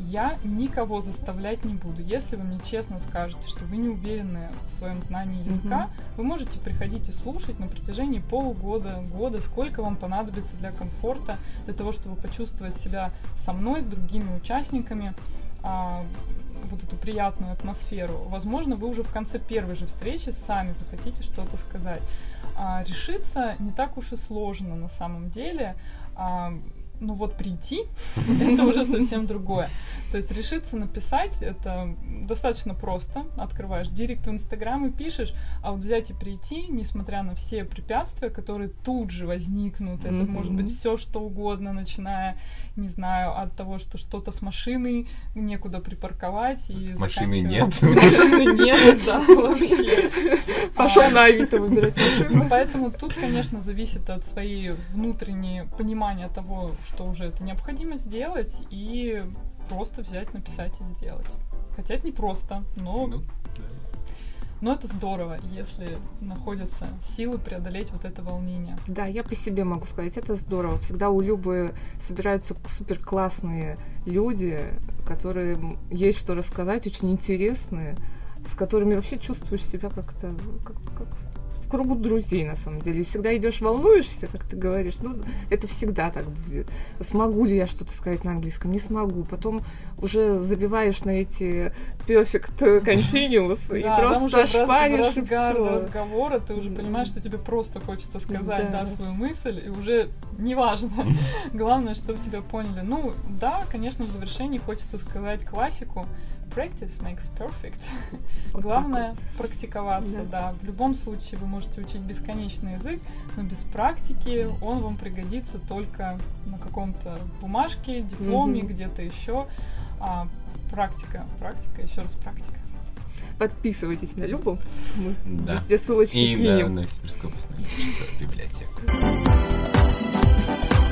Я никого заставлять не буду. Если вы мне честно скажете, что вы не уверены в своем знании языка, mm-hmm. вы можете приходить и слушать на протяжении полугода, года, сколько вам понадобится для комфорта, для того, чтобы почувствовать себя со мной, с другими участниками, а, вот эту приятную атмосферу. Возможно, вы уже в конце первой же встречи сами захотите что-то сказать. А, решиться не так уж и сложно на самом деле. А, ну вот прийти, это уже совсем другое. То есть решиться написать, это достаточно просто. Открываешь директ в Инстаграм и пишешь, а вот взять и прийти, несмотря на все препятствия, которые тут же возникнут. Это mm-hmm. может быть все что угодно, начиная, не знаю, от того, что что-то с машиной некуда припарковать. И машины нет. Машины нет, да, вообще. Пошел на Авито выбирать машину. Поэтому тут, конечно, зависит от своей внутренней понимания того, что уже это необходимо сделать, и просто взять, написать и сделать. Хотя это не просто, но, ну, да. но это здорово, если находятся силы преодолеть вот это волнение. Да, я по себе могу сказать, это здорово. Всегда у Любы собираются супер классные люди, которые есть что рассказать, очень интересные, с которыми вообще чувствуешь себя как-то как, как в кругу друзей, на самом деле. И всегда идешь, волнуешься, как ты говоришь. Ну, это всегда так будет. Смогу ли я что-то сказать на английском? Не смогу. Потом уже забиваешь на эти perfect continuous и просто ошпаришь, и всё. Разговора ты уже понимаешь, что тебе просто хочется сказать, да, свою мысль, и уже неважно. Главное, чтобы тебя поняли. Ну, да, конечно, в завершении хочется сказать классику. Practice makes perfect. Вот главное вот практиковаться, да. да. В любом случае вы можете учить бесконечный язык, но без практики он вам пригодится только на каком-то бумажке, дипломе, mm-hmm. где-то еще. А, практика, практика, еще раз практика. Подписывайтесь на Любу. Мы да. везде ссылочки и кинем. И на Новосибирскую областную библиотеку.